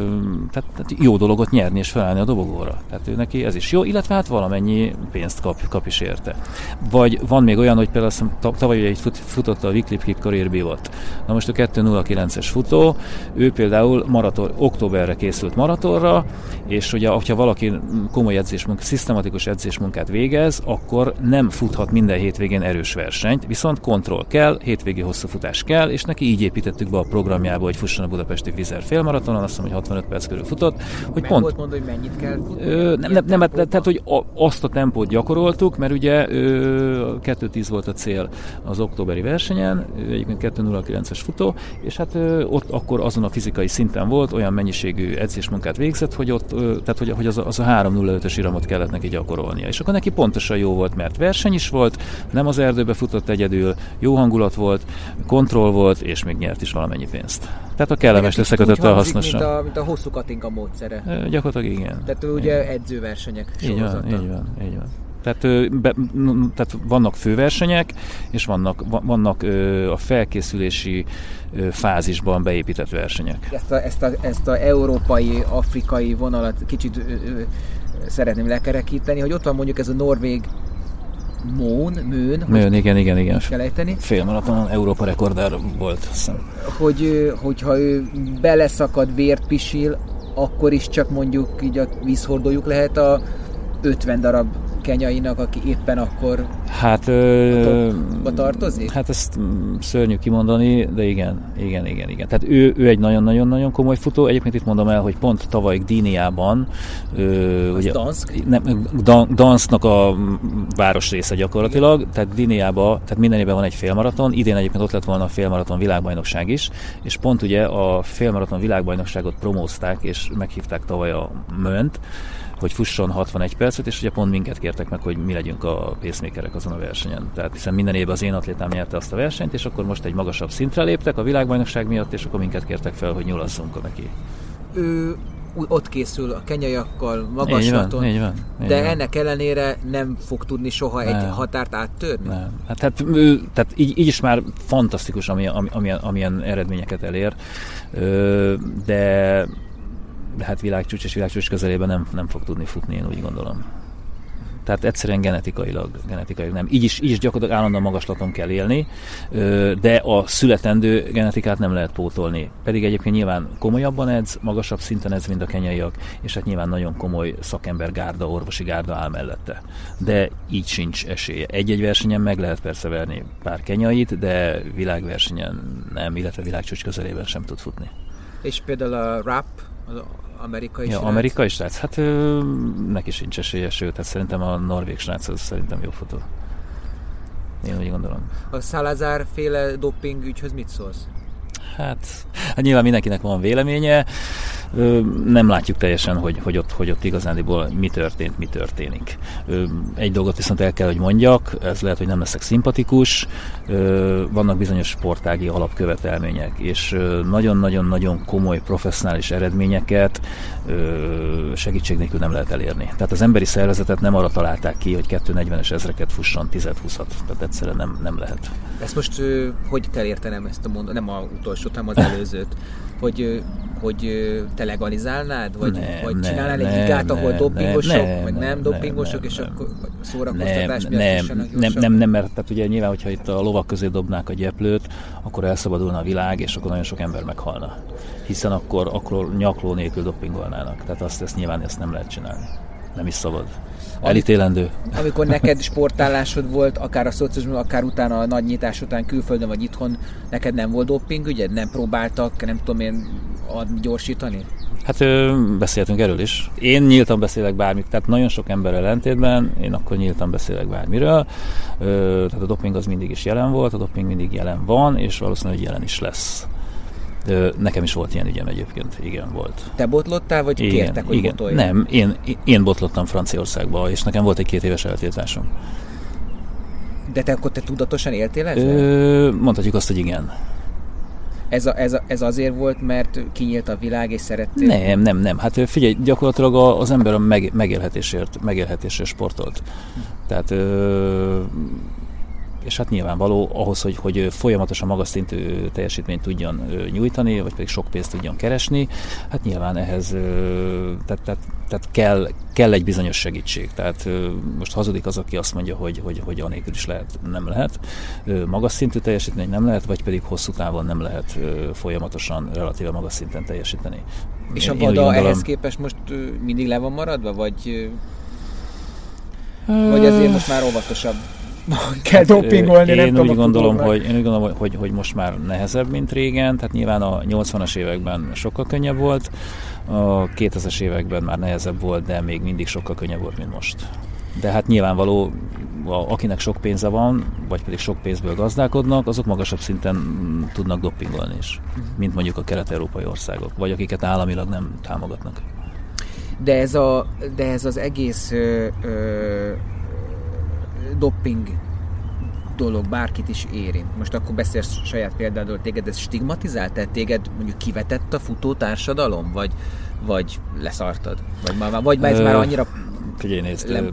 jó dologot nyerni és felállni a dobogóra. Tehát ő neki ez is jó, illetve hát valamennyi pénzt kap is érte. Vagy van még olyan, hogy például tavaly ugye futott a Wycliffe Kip Career Pivot. Na most a 2.09-es futó, ő például októberre készült maratonra, és ugye, hogyha valaki komoly szisztematikus edzésmunkát végez, akkor nem futhat minden hétvégén erős versenyt, viszont kontroll kell, hétvégi hosszú futás kell, és neki így építettük be a programjába, hogy fusson a budapesti Vizer félmaratonon, azt mondom, hogy 65 perc körül futott. Hogy pont volt mondani, hogy mennyit kell futni? Tehát, hogy azt a tempót gyakoroltuk, mert ugye 2.10 volt a cél az októberi versenyen, egyébként 2.09-es futó, és hát ott akkor azon a fizikai szinten volt, olyan mennyiségű edzésmunkát végzett, hogy ott, tehát hogy az a 3.05-ös iramot kellett neki gyakorolnia. És akkor neki pontosan jó volt, mert verseny is volt, nem az erdőbe futott egyedül, jó hangulat volt, kontroll volt, és még nyert is valamennyi pénzt. Tehát a kellemes összekötötte a hasznosan. Mint a hosszú Katinka módszere. Gyakorlatilag igen. Tehát ugye edzőversenyek sorozata. Így van. Tehát vannak főversenyek, és vannak a felkészülési fázisban beépített versenyek. Ezt a európai, afrikai vonalat kicsit szeretném lekerekíteni, hogy ott van mondjuk ez a norvég Mőn, igen. Kell ejteni. Félmaratonon Európa rekordár volt. Hogyha ő beleszakad, vért pisil, akkor is csak mondjuk így a vízhordójuk lehet a 50 darab kenyainak, aki éppen akkor a tartozik? Hát ezt szörnyű kimondani, de igen. Tehát ő egy nagyon-nagyon-nagyon komoly futó. Egyébként itt mondom el, hogy pont tavaly Gdíniában Dansznak a városrésze gyakorlatilag, tehát Gdíniában, tehát minden évben van egy félmaraton, idén egyébként ott lett volna a félmaraton világbajnokság is, és pont ugye a félmaraton világbajnokságot promózták, és meghívták tavaly a Mönt, hogy fusson 61 percet, és ugye pont minket kértek meg, hogy mi legyünk a pacemakerek azon a versenyen. Tehát hiszen minden évben az én atlétám nyerte azt a versenyt, és akkor most egy magasabb szintre léptek a világbajnokság miatt, és akkor minket kértek fel, hogy nyúlasszunk neki. Ő ott készül a kenyaiakkal, magaslaton, így van. Ennek ellenére nem fog tudni soha egy határt áttörni? Nem. Tehát így is már fantasztikus, amilyen eredményeket elér, de hát világcsúcs és világcsúcs közelében nem fog tudni futni, én úgy gondolom. Tehát egyszerűen genetikailag nem. Így is gyakorlatilag állandóan magaslaton kell élni, de a születendő genetikát nem lehet pótolni. Pedig egyébként nyilván komolyabban edz, magasabb szinten edz, mint a kenyaiak, és hát nyilván nagyon komoly szakembergárda, orvosi gárda áll mellette. De így sincs esélye. Egy-egy versenyen meg lehet persze verni pár kenyait, de világversenyen nem, illetve világcsúcs közelében sem tud futni. És például a rap, amerikai srác? Amerikai srác? Hát neki sincs esélye, sőt, hát szerintem a norvég srác az szerintem jó futó. Én úgy gondolom. A Salazar féle doping ügyhöz mit szólsz? Hát nyilván mindenkinek van véleménye, nem látjuk teljesen, hogy ott igazándiból mi történik. Egy dolgot viszont el kell, hogy mondjak, ez lehet, hogy nem leszek szimpatikus, vannak bizonyos sportági alapkövetelmények, és nagyon-nagyon-nagyon komoly professzionális eredményeket segítség nélkül nem lehet elérni. Tehát az emberi szervezetet nem arra találták ki, hogy 240-es ezreket fusson 10-20-at, tehát egyszerűen nem lehet. Ezt most hogy kell értenem ezt a mondatot, nem az utolsót, hanem az előzőt, hogy te legalizálnád? Vagy csinálnál egy ligát, ahol dopingosok, vagy nem dopingosok, és akkor szórakoztatás miatt fussanak gyorsan? Nem, mert tehát ugye nyilván, hogyha itt a lovak közé dobnák a gyeplőt, akkor elszabadulna a világ, és akkor nagyon sok ember meghalna. Hiszen akkor nyakló nélkül dopingolnának. Tehát ezt nyilván nem lehet csinálni. Nem is szabad. Elítélendő. Amikor neked sportállásod volt, akár a szocializmusban, akár utána a nagy nyitás után külföldön vagy itthon, neked nem volt doping ügyed? Nem próbáltak, nem tudom én, gyorsítani? Hát beszéltünk erről is. Én nyíltan beszélek bármit, tehát nagyon sok emberrel ellentétben, én akkor nyíltan beszélek bármiről. Tehát a doping az mindig is jelen volt, a doping mindig jelen van, és valószínűleg jelen is lesz. Nekem is volt ilyen ügyem egyébként, igen, volt. Te botlottál, vagy kértek, hogy botolj? Nem, én botlottam Franciaországba, és nekem volt egy 2 éves eltiltásom. De akkor te tudatosan éltél ezzel? Mondhatjuk azt, hogy igen. Ez azért volt, mert kinyílt a világ, és szerettél? Nem. Hát figyelj, gyakorlatilag az ember a megélhetésért sportolt. Tehát... és hát nyilvánvaló ahhoz, hogy folyamatosan magas szintű teljesítményt tudjon nyújtani, vagy pedig sok pénzt tudjon keresni, hát nyilván ehhez tehát kell egy bizonyos segítség. Tehát most hazudik az, aki azt mondja, hogy anélkül is lehet, nem lehet. Magas szintű teljesítmény nem lehet, vagy pedig hosszú távon nem lehet folyamatosan relatíve magas szinten teljesíteni. És a VADA ehhez képest most mindig le van maradva, vagy azért most már óvatosabb? Kell dopingolni, én úgy gondolom, hogy most már nehezebb, mint régen, tehát nyilván a 80-as években sokkal könnyebb volt, a 2000-es években már nehezebb volt, de még mindig sokkal könnyebb volt, mint most. De hát nyilvánvaló, akinek sok pénze van, vagy pedig sok pénzből gazdálkodnak, azok magasabb szinten tudnak dopingolni is, mint mondjuk a kelet-európai országok, vagy akiket államilag nem támogatnak. De ez az egész doping dolog bárkit is érint. Most akkor beszélsz saját példádról, téged ez stigmatizált? Tehát téged mondjuk kivetett a futó társadalom? Vagy leszartad? Vagy ez már annyira... Figyelj, nézd,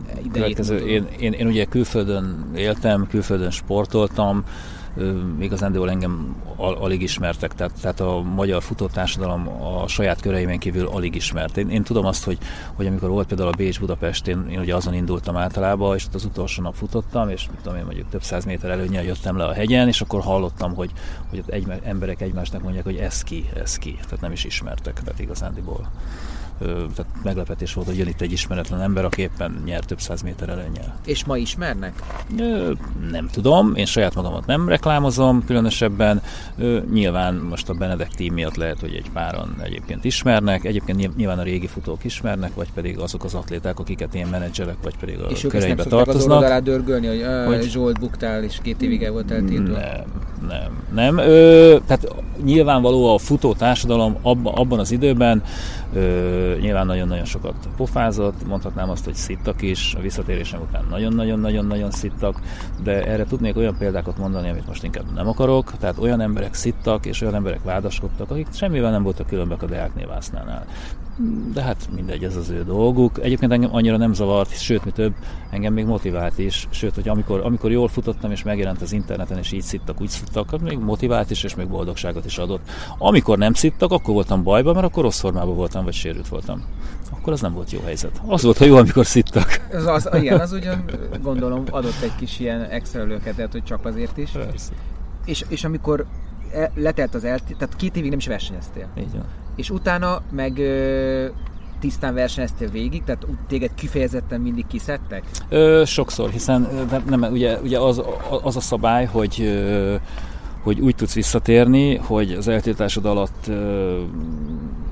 én ugye külföldön éltem, külföldön sportoltam, igazándiból engem alig ismertek, tehát a magyar futótársadalom a saját köreimen kívül alig ismert. Én tudom azt, hogy amikor volt például a Bécs-Budapest, én ugye azon indultam általában, és ott az utolsó nap futottam, és tudom én mondjuk több 100 méter előnnyel jöttem le a hegyen, és akkor hallottam, hogy ott emberek egymásnak mondják, hogy ez ki, tehát nem is ismertek, tehát igazándiból. Tehát meglepetés volt, hogy jön itt egy ismeretlen ember, aki éppen nyer több 100 méter előnnyel. És ma ismernek? Nem tudom, én saját magamat nem reklámozom különösebben. Nyilván most a Benedek tím miatt lehet, hogy egy páran egyébként ismernek, egyébként nyilván a régi futók ismernek, vagy pedig azok az atléták, akiket én menedzselek, vagy pedig a köreibe tartoznak. És ők ezt nem szokták az oldalá dörgölni, hogy Zsolt buktál, és 2 évig el volt eltiltva? Nem. Tehát nyilvánvaló a futó társadalom abban az időben nyilván nagyon-nagyon sokat pofázott, mondhatnám azt, hogy szittak is, a visszatérésem után nagyon-nagyon-nagyon szittak, de erre tudnék olyan példákat mondani, amit most inkább nem akarok, tehát olyan emberek szittak, és olyan emberek vádaskodtak, akik semmivel nem voltak különbek a Deák Névásznánál. De hát mindegy, ez az ő dolguk. Egyébként engem annyira nem zavart, sőt, mi több, engem még motivált is, sőt, hogy amikor jól futottam, és megjelent az interneten, és így szittak, úgy szittak, még motivált is, és még boldogságot is adott. Amikor nem szittak, akkor voltam bajban, mert akkor rossz formában voltam, vagy sérült voltam. Akkor az nem volt jó helyzet. Az volt, ha jó, amikor szittak. Igen, az ugyan gondolom adott egy kis ilyen extra löketet, hogy csak azért is. És amikor letelt az tehát 2 évig nem is versenyeztél. Így van. És utána meg tisztán versenyeztél végig, tehát téged kifejezetten mindig kiszedtek? Sokszor, hiszen ugye az a szabály, hogy úgy tudsz visszatérni, hogy az eltiltásod alatt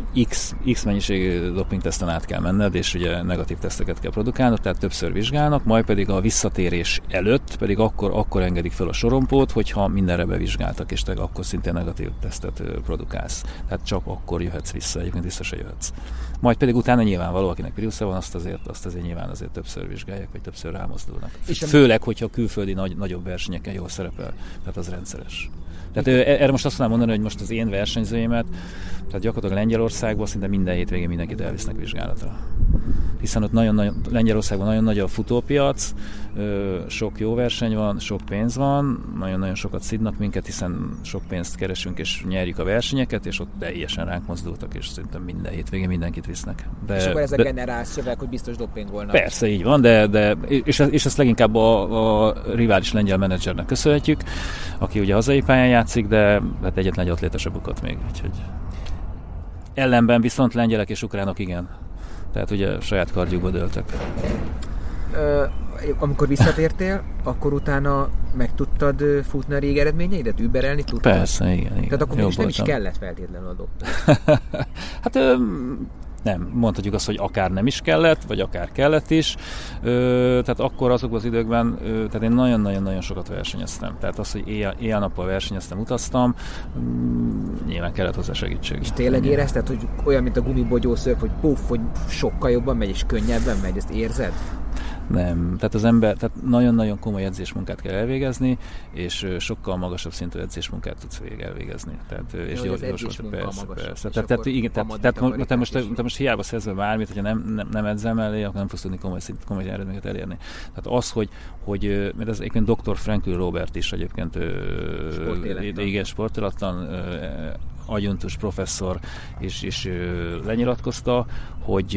X mennyiségű dopingteszten át kell menned, és ugye negatív teszteket kell produkálnod, tehát többször vizsgálnak, majd pedig a visszatérés előtt pedig akkor engedik fel a sorompót, hogyha mindenre bevizsgáltak, és te akkor szintén negatív tesztet produkálsz. Tehát csak akkor jöhetsz vissza, egyébként vissza se jöhetsz. Majd pedig utána nyilvánvaló, akinek Priusa van, azt azért nyilván azért többször vizsgálják, vagy többször rámozdulnak. Főleg, hogyha külföldi nagyobb versenyeken jól szerepel, tehát az rendszeres. Tehát erre most azt tudom mondani, hogy most az én versenyzőimet, tehát gyakorlatilag Lengyelországban szinte minden hétvégén mindenkit elvisznek vizsgálatra. Hiszen ott Lengyelországban nagyon nagy a futópiac, sok jó verseny van, sok pénz van, nagyon-nagyon sokat szidnak minket, hiszen sok pénzt keresünk és nyerjük a versenyeket, és ott teljesen ránk mozdultak, és szerintem minden hétvégén mindenkit visznek. És akkor ez a generál szöveg, hogy biztos doping volna. Persze, így van, és ezt leginkább a rivális lengyel menedzsernek köszönhetjük, aki ugye hazai pályán játszik, de hát egyetlen egy atléta se bukott még, úgyhogy ellenben viszont lengyelek és ukránok igen. Tehát ugye saját kardjukba dőltek. Amikor visszatértél, akkor utána meg tudtad futni a régi eredményeidet? Überelni tudtad? Persze, igen. Tehát akkor is nem is kellett feltétlenül a doping. Hát nem, mondhatjuk azt, hogy akár nem is kellett, vagy akár kellett is. Tehát akkor azokban az időkben, tehát én nagyon-nagyon sokat versenyeztem. Tehát az, hogy éjjel-nappal versenyeztem, utaztam, nyilván kellett hozzá segítség. És tényleg érezted, hogy olyan, mint a gumibogyószörp, hogy puff, hogy sokkal jobban megy, és könnyebben megy, ezt érzed? Nem. Tehát az ember, tehát nagyon-nagyon komoly edzésmunkát kell elvégezni, és sokkal magasabb szintű edzésmunkát tudsz elvégezni. Tehát, és gyorsan, persze. Tehát igen, te most hiába szerzel bármit, hogyha nem edzel mellé, akkor nem fogsz tudni komoly eredményeket elérni. Tehát az, hogy mert ez egyébként Dr. Frankl Robert is egyébként sportélettan adjuntus professzor, és lenyilatkozta, hogy,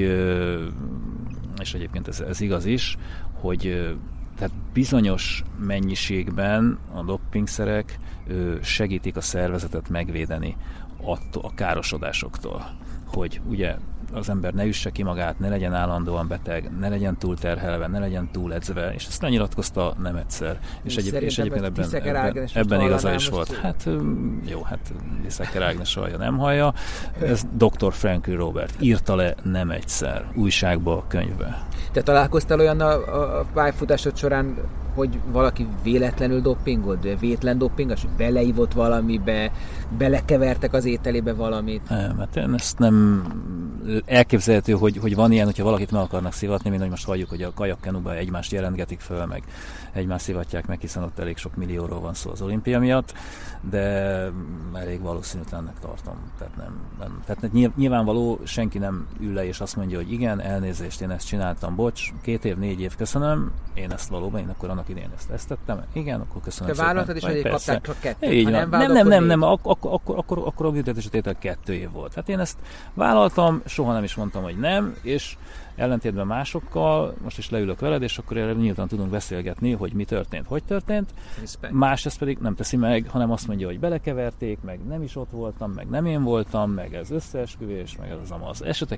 és egyébként ez igaz is, hogy tehát bizonyos mennyiségben a dopingszerek segítik a szervezetet megvédeni a károsodásoktól. Hogy ugye az ember ne üsse ki magát, ne legyen állandóan beteg, ne legyen túl terhelve, ne legyen túl edzve, és ezt lenyilatkozta nem egyszer. És egyébként ebben igaza is volt. Hát jó, hát Tiszeker Ágnes hallja, nem hallja. Ez Dr. Frankl Robert írta le nem egyszer, újságba, könyvbe. Te találkoztál olyan a pályafutásod során, hogy valaki véletlenül dopingolt, vétlen dopingos, hogy beleívott valamibe, belekevertek az ételébe valamit? Nem, hát ezt nem elképzelhető, hogy van ilyen, hogyha valakit meg akarnak szivatni, mint hogy most halljuk, hogy a kajakkenuban egymást jelentgetik föl, meg egymást szivatják meg, hiszen ott elég sok millióról van szó az olimpia miatt, de elég valószínűtlennek tartom. Tehát nem. Tehát nyilvánvaló, senki nem ül le és azt mondja, hogy igen, elnézést, én ezt csináltam, bocs, 2 év, 4 év, köszönöm, én ezt valóban, én akkor annak idén ezt tettem, igen, akkor köszönöm. Te vállaltad is, hogy kapták csak 2? Így van. Nem, akkor a büntetési tétel 2 év volt. Hát én ezt vállaltam, soha nem is mondtam, hogy nem, és ellentétben másokkal, most is leülök veled, és akkor erre nyíltan tudunk beszélgetni, hogy mi történt, hogy történt. Respect. Más ezt pedig nem teszi meg, hanem azt mondja, hogy belekeverték, meg nem is ott voltam, meg nem én voltam, meg ez összeesküvés, meg ez az esetek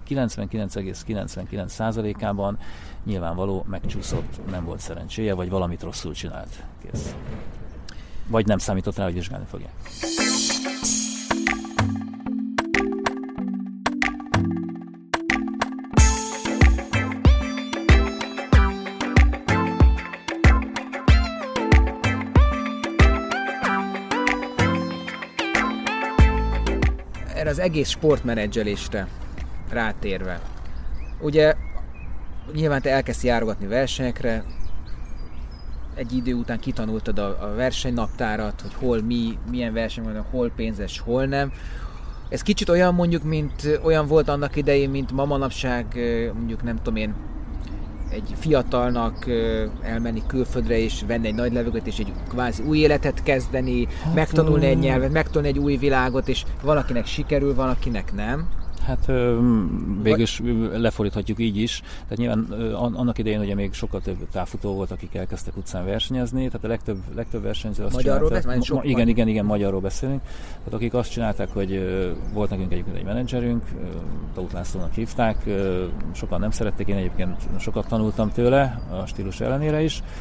99,99%-ában nyilvánvaló megcsúszott, nem volt szerencséje, vagy valamit rosszul csinált. Kész. Vagy nem számított rá, hogy vizsgálni fogják. Az egész sportmenedzselésre rátérve. Ugye nyilván te elkezdsz járogatni versenyekre, egy idő után kitanultad a versenynaptárat, hogy hol milyen verseny van, hol pénzes, hol nem. Ez kicsit olyan mondjuk, mint olyan volt annak idején, mint ma manapság, mondjuk nem tudom én, egy fiatalnak elmenni külföldre és venni egy nagy levegőt és egy kvázi új életet kezdeni, megtanulni egy nyelvet, megtanulni egy új világot, és valakinek sikerül, valakinek nem. Hát végülis lefordíthatjuk így is. Tehát nyilván annak idején ugye még sokkal több távfutó volt, akik elkezdtek utcán versenyezni, tehát a legtöbb versenyző azt csinálta. Igen, magyarról beszélünk. Tehát akik azt csinálták, hogy volt nekünk egyébként egy menedzserünk, Tóth Lászlónak hívták, sokan nem szerették, én egyébként sokat tanultam tőle, a stílus ellenére is.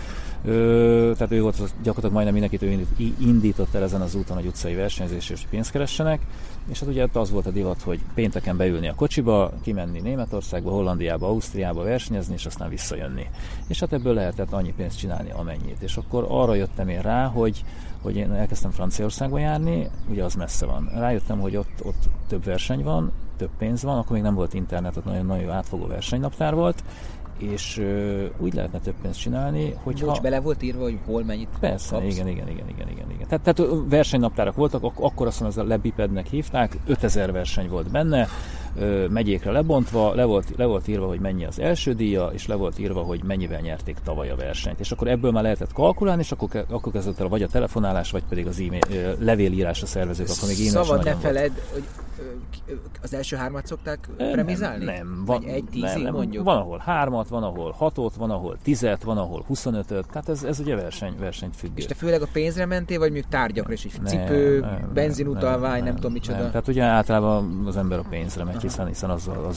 Tehát ő volt gyakorlatilag majdnem mindenkit, ő indított el ezen az úton, hogy utcai versenyzés és pénzt keressenek, és hát ugye az volt a divat, hogy pénteken beülni a kocsiba, kimenni Németországba, Hollandiába, Ausztriába versenyezni, és aztán visszajönni. És hát ebből lehetett annyi pénzt csinálni, amennyit. És akkor arra jöttem én rá, hogy én elkezdtem Franciaországba járni, ugye az messze van. Rájöttem, hogy ott több verseny van, több pénz van, akkor még nem volt internet, ott nagyon átfogó versenynaptár volt, és úgy lehetne több pénzt csinálni, hogyha... Bocs, bele volt írva, hogy hol mennyit Persze, kapsz? igen. Tehát versenynaptárak voltak, akkor azt mondom, ez a lebipednek hívták, 5000 verseny volt benne, megyékre lebontva, le volt írva, hogy mennyi az első díja, és le volt írva, hogy mennyivel nyerték tavaly a versenyt. És akkor ebből már lehetett kalkulálni, és akkor kezdett el vagy a telefonálás, vagy pedig az levélírás a szervezők, akkor még e-mail Szabad ne feled, hogy az első 3-at szokták premizálni? Nem. Vagy 1-10-ig mondjuk? Van ahol 3-at, van ahol 6-ot, van ahol 10-et, van ahol 25-öt, tehát ez ugye versenyt függő. És te főleg a pénzre mentél, vagy mondjuk tárgyakra is, cipő, benzinutalvány, nem tudom micsoda? Nem. Tehát ugye általában az ember a pénzre megy, hiszen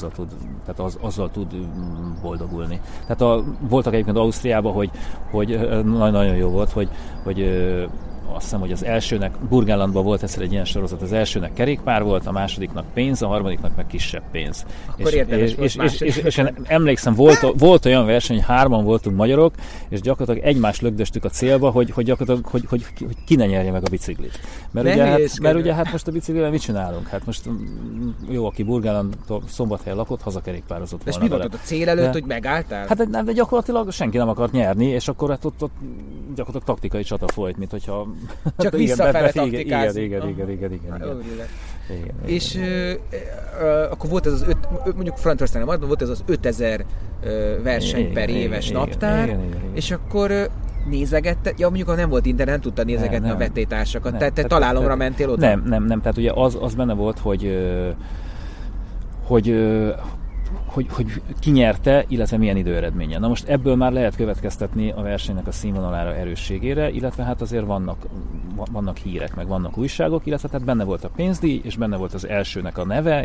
azzal tud boldogulni. Tehát voltak egyébként Ausztriában, hogy nagyon jó volt, hogy azt hiszem, hogy az elsőnek, Burgenlandban volt egyszer egy ilyen sorozat, az elsőnek kerékpár volt, a másodiknak pénz, a harmadiknak meg kisebb pénz. Akkor és emlékszem, volt olyan verseny, hogy 3-an voltunk magyarok, és gyakorlatilag egymást lögdöstük a célba, hogy ki ne nyerje meg a biciklit. Mert ugye hát most a biciklivel mit csinálunk? Hát most jó, aki Burgenlandtól Szombathelyen lakott, hazakerékpározott volna. És mi volt a cél előtt, hogy megálltál? Hát de gyakorlatilag senki nem akart nyerni, és akkor hát ott gyakorlatilag taktikai csata folyt, mint hogyha csak visszafele taktikázni. Igen. És akkor volt ez az mondjuk Franciaországban volt ez az 5000 verseny per éves naptár, és akkor nézegette, mondjuk ha nem volt internet, nem tudta nézegetni a vetélytársakat, tehát te találomra mentél oda? Nem, tehát ugye az benne volt, hogy ki nyerte, illetve milyen időeredménye. Na most ebből már lehet következtetni a versenynek a színvonalára, erősségére, illetve hát azért vannak hírek, meg vannak újságok, illetve tehát benne volt a pénzdíj, és benne volt az elsőnek a neve,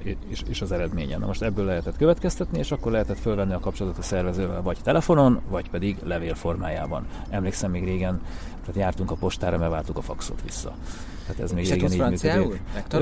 és az eredménye. Na most ebből lehetett következtetni, és akkor lehetett fölvenni a kapcsolatot a szervezővel, vagy telefonon, vagy pedig levél formájában. Emlékszem, még régen, tehát jártunk a postára, mert váltuk a faxot vissza. Tehát ez még és régen így működik.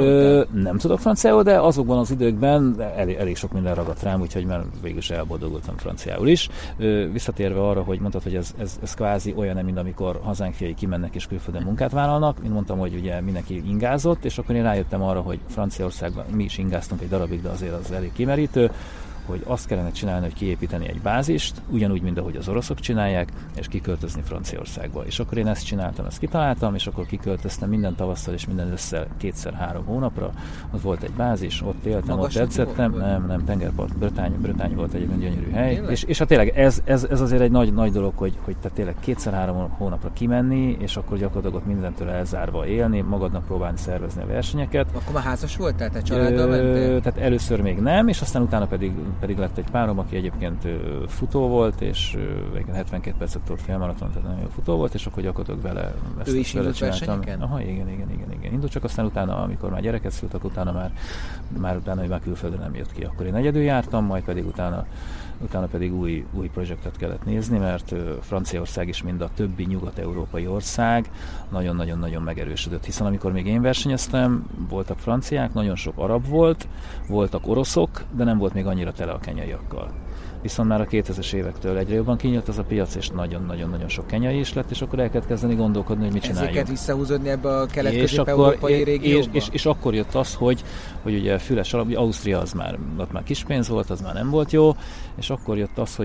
Nem tudok franciául, de azokban az időkben elég sok minden ragadt rám, úgyhogy már végül is elboldogultam franciául is. Visszatérve arra, hogy mondtad, hogy ez kvázi olyan, mint amikor hazánk fiai kimennek és külföldön munkát vállalnak. Én mondtam, hogy ugye mindenki ingázott, és akkor én rájöttem arra, hogy Franciaországban mi is ingáztunk egy darabig, de azért az elég kimerítő, hogy azt kellene csinálni, hogy kiépíteni egy bázist, ugyanúgy, mint ahogy az oroszok csinálják, és kiköltözni Franciaországba. És akkor én ezt csináltam, ezt kitaláltam, és akkor kiköltöztem minden tavasszal és minden ősszel 2-3 hónapra. Ott volt egy bázis, ott éltem, ott edzettem. Nem, tengerpart, Bretagne volt egyébként gyönyörű hely. És hát tényleg ez azért egy nagy dolog, hogy te tényleg 2-3 hónapra kimenni, és akkor gyakorlatilag ott mindentől elzárva élni, magadnak próbálni szervezni a versenyeket. Akkor már házas voltál, te családdal mentél? Tehát először még nem, és aztán utána pedig lett egy párom, aki egyébként futó volt, és 72 percet tudott félmaraton, tehát nagyon jó futó volt, és akkor gyakorlatilag vele ezt ő is indult versenyeken? Aha, igen. Indult, csak aztán utána, amikor már gyereket szültek, utána már külföldön nem jött ki. Akkor én egyedül jártam, majd pedig utána pedig új projektet kellett nézni, mert Franciaország is, mind a többi nyugat-európai ország nagyon-nagyon megerősödött. Hiszen amikor még én versenyeztem, voltak franciák, nagyon sok arab volt, voltak oroszok, de nem volt még annyira tele a kenyaiakkal. Viszont már a 2000-es évektől egyre jobban kinyílt az a piac, és nagyon-nagyon sok kenyai is lett, és akkor el kellett kezdeni gondolkodni, hogy mit csináljunk. Ezeket visszahúzódni ebbe a kelet-közép-európai régióba? És akkor jött az, hogy ugye Füles alap, Ausztria ott már kis pénz volt, az már nem volt jó, és akkor jött az,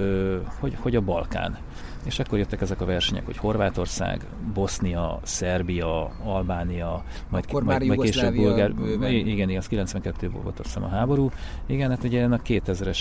hogy a Balkán. És akkor jöttek ezek a versenyek, hogy Horvátország, Bosznia, Szerbia, Albánia, majd később Bulgár. Igen, az 92-ből volt azt hiszem a háború. Igen, hát ugye a 2000-es,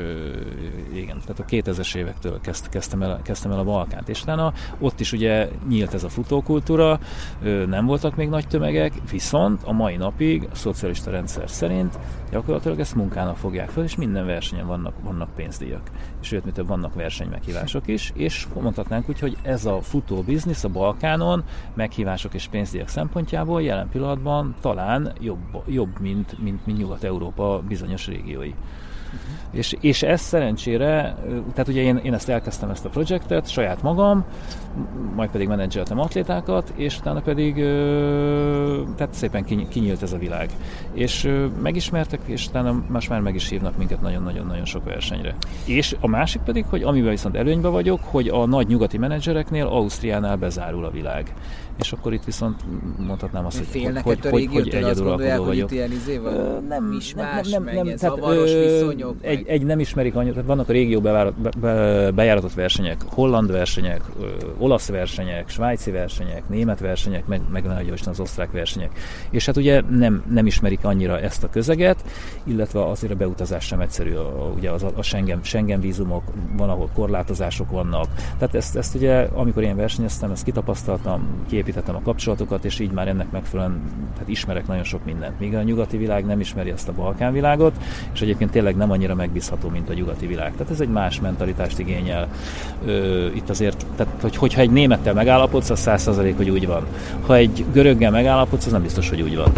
tehát a 2000-es évektől kezdtem el a Balkánt. És utána ott is ugye nyílt ez a futókultúra, nem voltak még nagy tömegek, viszont a mai napig a szocialista rendszer szerint gyakorlatilag ezt munkának fogják fel, és minden versenyen vannak pénzdíjak. Sőt, mi több, vannak versenymeghívások is, és mondhatnánk úgy, hogy ez a futó biznisz a Balkánon meghívások és pénzdíjak szempontjából jelen pillanatban talán jobb mint Nyugat-Európa bizonyos régiói. És ez szerencsére, tehát ugye én ezt elkezdtem ezt a projektet, saját magam, majd pedig menedzseltem atlétákat, és utána pedig tehát szépen kinyílt ez a világ. És megismertek, és utána most már meg is hívnak minket nagyon-nagyon-nagyon sok versenyre. És a másik pedig, hogy amivel viszont előnyben vagyok, hogy a nagy nyugati menedzsereknél, Ausztriánál bezárul a világ. És akkor itt viszont mondhatnám azt, hogy egyeduralkodó vagyok. Nem, zavaros viszonyok. Egy nem ismerik annyit, tehát vannak a régió bejáratott versenyek, holland versenyek, olasz versenyek, svájci versenyek, német versenyek, meg nagyon Isten az osztrák versenyek. És hát ugye nem ismerik annyira ezt a közeget, illetve azért a beutazás sem egyszerű, ugye a Schengen vízumok, van, ahol korlátozások vannak. Tehát ezt ugye, amikor én versenyeztem, ezt kitapasztaltam, kiépítettem a kapcsolatokat, és így már ennek megfelelően tehát ismerek nagyon sok mindent. Míg a nyugati világ nem ismeri ezt a Balkán világot, és egyébként tényleg nem annyira megbízható, mint a nyugati világ. Tehát ez egy más mentalitást igényel. Itt azért, tehát, hogyha egy némettel megállapodsz, az 100%, hogy úgy van. Ha egy göröggel megállapodsz, az nem biztos, hogy úgy van.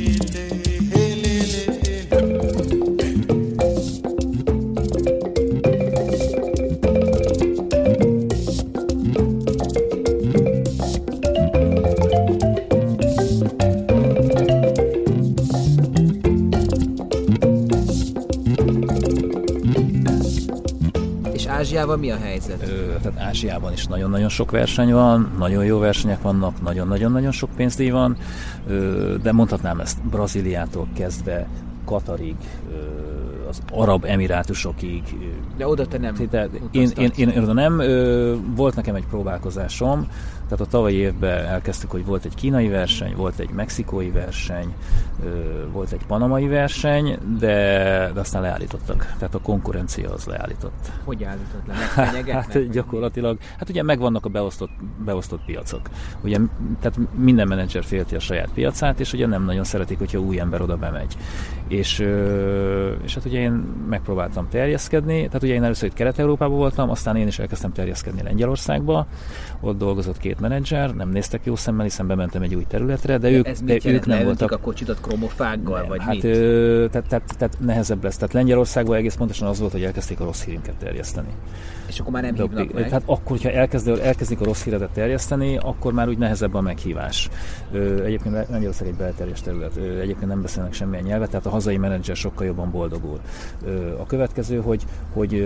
Ázsiában mi a helyzet? Tehát Ázsiában is nagyon-nagyon sok verseny van, nagyon jó versenyek vannak, nagyon-nagyon-nagyon sok pénzdíj van, de mondhatnám ezt Brazíliától kezdve Katarig, az Arab Emirátusokig. De oda te nem Én oda nem. Volt nekem egy próbálkozásom, tehát a tavalyi évben elkezdtük, hogy volt egy kínai verseny, volt egy mexikói verseny, volt egy panamai verseny, de aztán leállítottak. Tehát a konkurencia az leállított. Hogy állított le? Megfenyegetnek? Hát gyakorlatilag, ugye megvannak a beosztott piacok. Ugye, tehát minden menedzser félti a saját piacát, és ugye nem nagyon szeretik, hogyha új ember oda bemegy. És hát ugye én megpróbáltam terjeszkedni, tehát ugye én először itt Kelet-Európában voltam, aztán én is elkezdtem terjeszkedni Lengyelországba, ott dolgozott 2 menedzser, nem néztek jó szemmel, hiszen bementem egy új területre, de ők nem voltak. A kocsidat kromofággal, nem, vagy hát, mit? Tehát nehezebb lesz. Tehát Lengyelországban egész pontosan az volt, hogy elkezdték a rossz hírünket terjeszteni. És akkor már nem hívnak meg? Tehát akkor, hogyha elkezdik a rossz híredet terjeszteni, akkor már úgy nehezebb a meghívás. Egyébként Lengyelország egy belterjes terület. Egyébként nem beszélnek semmilyen nyelvet, tehát a hazai menedzser sokkal jobban boldogul. A következő, hogy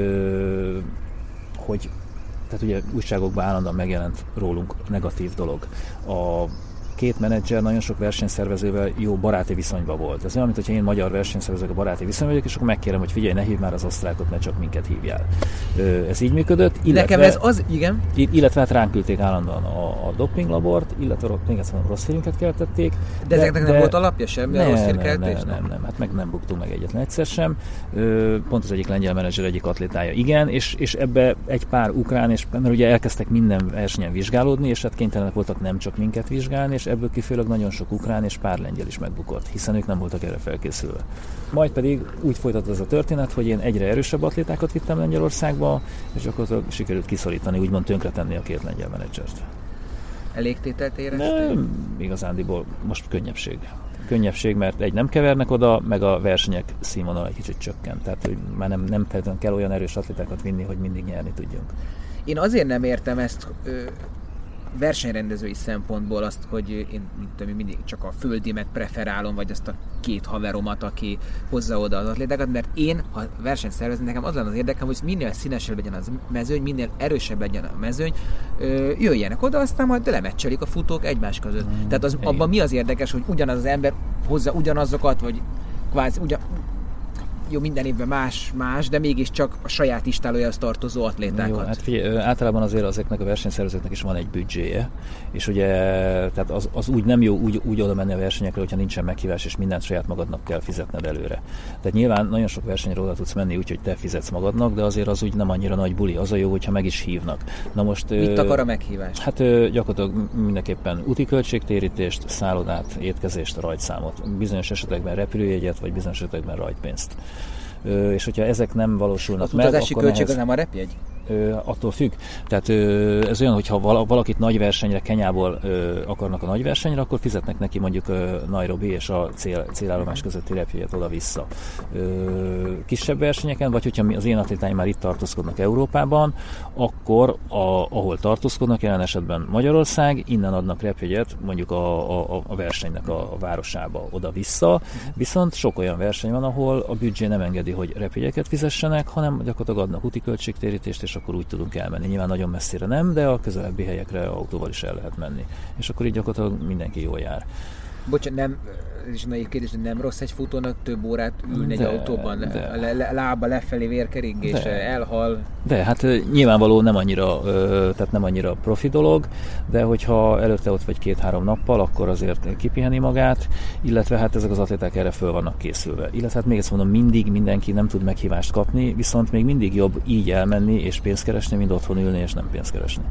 tehát ugye újságokban állandóan megjelent rólunk negatív dolog. A 2 menedzser nagyon sok versenyszervezővel jó baráti viszonyban volt. Ez olyan, mint hogyha én magyar versenyszervezők baráti viszonyban vagyok, és akkor megkérem, hogy figyelj, ne hívj már az osztrákot, ne csak minket hívjál. Ez így működött. Nekem ez az, igen. Illetve hát ránk küldték állandóan a dopinglabort, illetve még egyszer rossz hírünket keltették. De ezeknek nem volt alapja semmi a rossz hírkeltés? Nem, hát meg nem buktunk meg egyetlen egyszer sem. Pont az egyik lengyel menedzser egyik atlétája. Igen, és ebbe egy pár ukrán, mert ugye elkezdtek minden versenyen vizsgálódni, és hát kénytelenek voltak nem csak minket vizsgálni, és ebből kifejezőleg nagyon sok ukrán és pár lengyel is megbukott, hiszen ők nem voltak erre felkészülve. Majd pedig úgy folytatott ez a történet, hogy én egyre erősebb atlétákat vittem Lengyelországba, és akkor sikerült kiszorítani, úgymond tönkretenni a 2 lengyel menedzsert. Elégtételt éreztél? Nem, igazándiból most könnyebbség, mert nem kevernek oda, meg a versenyek színvonal egy kicsit csökkent. Tehát hogy már nem feltétlenül kell olyan erős atlétákat vinni, hogy mindig nyerni tudjunk. Én azért nem értem ezt versenyrendezői szempontból azt, hogy én mindig csak a földimet preferálom, vagy azt a 2 haveromat, aki hozza oda az atlétákat, mert én, ha versenyt szervezni, nekem az lenne az érdekem, hogy minél színesebb legyen az mezőny, minél erősebb legyen a mezőny, jöjjenek oda, aztán majd lemecselik a futók egymás között. Tehát abban mi az érdekes, hogy ugyanaz az ember hozza ugyanazokat, vagy kvázi jó, minden évben más, de mégiscsak a saját istálójához tartozó atlétákat. Jó, hát figyelj, általában azért ezeknek a versenyszervezőknek is van egy büdzséje, és ugye tehát az úgy nem jó úgy oda menni a versenyekre, hogyha nincsen meghívás, és mindent saját magadnak kell fizetned előre. Tehát nyilván nagyon sok versenyre oda tudsz menni úgy, hogy te fizetsz magadnak, de azért az úgy nem annyira nagy buli. Az a jó, hogyha meg is hívnak. Na most, mit akar a meghívás? Hát gyakorlatilag mindenképpen úti költségtérítést, szállodát, étkezést, rajtszámot. Bizonyos esetekben repülőjegyet, vagy bizonyos esetekben rajtpénzt. És hogyha ezek nem valósulnak meg, utazási költség az nem a repjegy? Attól függ. Tehát ez olyan, hogyha valakit nagy versenyre, Kenyából akarnak a nagy versenyre, akkor fizetnek neki mondjuk Nairobi és a célállomás közötti repjegyet oda-vissza. Kisebb versenyeken, vagy hogyha az én atlétáim már itt tartózkodnak Európában, akkor ahol tartózkodnak, jelen esetben Magyarország, innen adnak repjegyet mondjuk a versenynek a városába oda-vissza, viszont sok olyan verseny van, ahol a büdzsé nem engedi, hogy repjegyeket fizessenek, hanem gyakorlatilag adnak úti költségtérítést, és akkor úgy tudunk elmenni. Nyilván nagyon messzire nem, de a közelebbi helyekre autóval is el lehet menni. És akkor így gyakorlatilag mindenki jól jár. Bocsánat, nem, ez is nagy kérdés, hogy nem rossz egy futónak több órát ülni egy autóban, lába lefelé vérkeringése, elhal. De hát nyilvánvaló nem annyira profi dolog, de hogyha előtte ott vagy 2-3 nappal, akkor azért kipiheni magát, illetve hát ezek az atléták erre föl vannak készülve. Illetve hát még ezt mondom, mindig mindenki nem tud meghívást kapni, viszont még mindig jobb így elmenni és pénzt keresni, mint otthon ülni és nem pénzt keresni.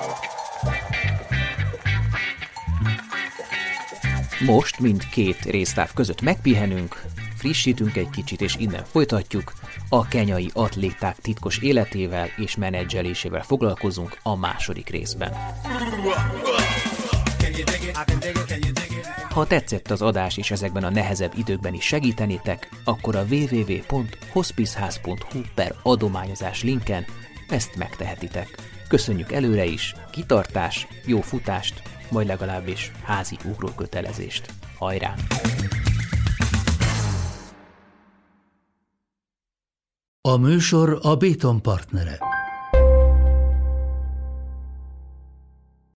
Most mindkét résztáv között megpihenünk, frissítünk egy kicsit, és innen folytatjuk. A kenyai atléták titkos életével és menedzselésével foglalkozunk a második részben. Ha tetszett az adás és ezekben a nehezebb időkben is segítenétek, akkor a www.hospiceház.hu/adományozás linken ezt megtehetitek. Köszönjük előre is, kitartás, jó futást, vagy legalábbis házi ugrókötelezést. Hajrá! A műsor a Béton partnere.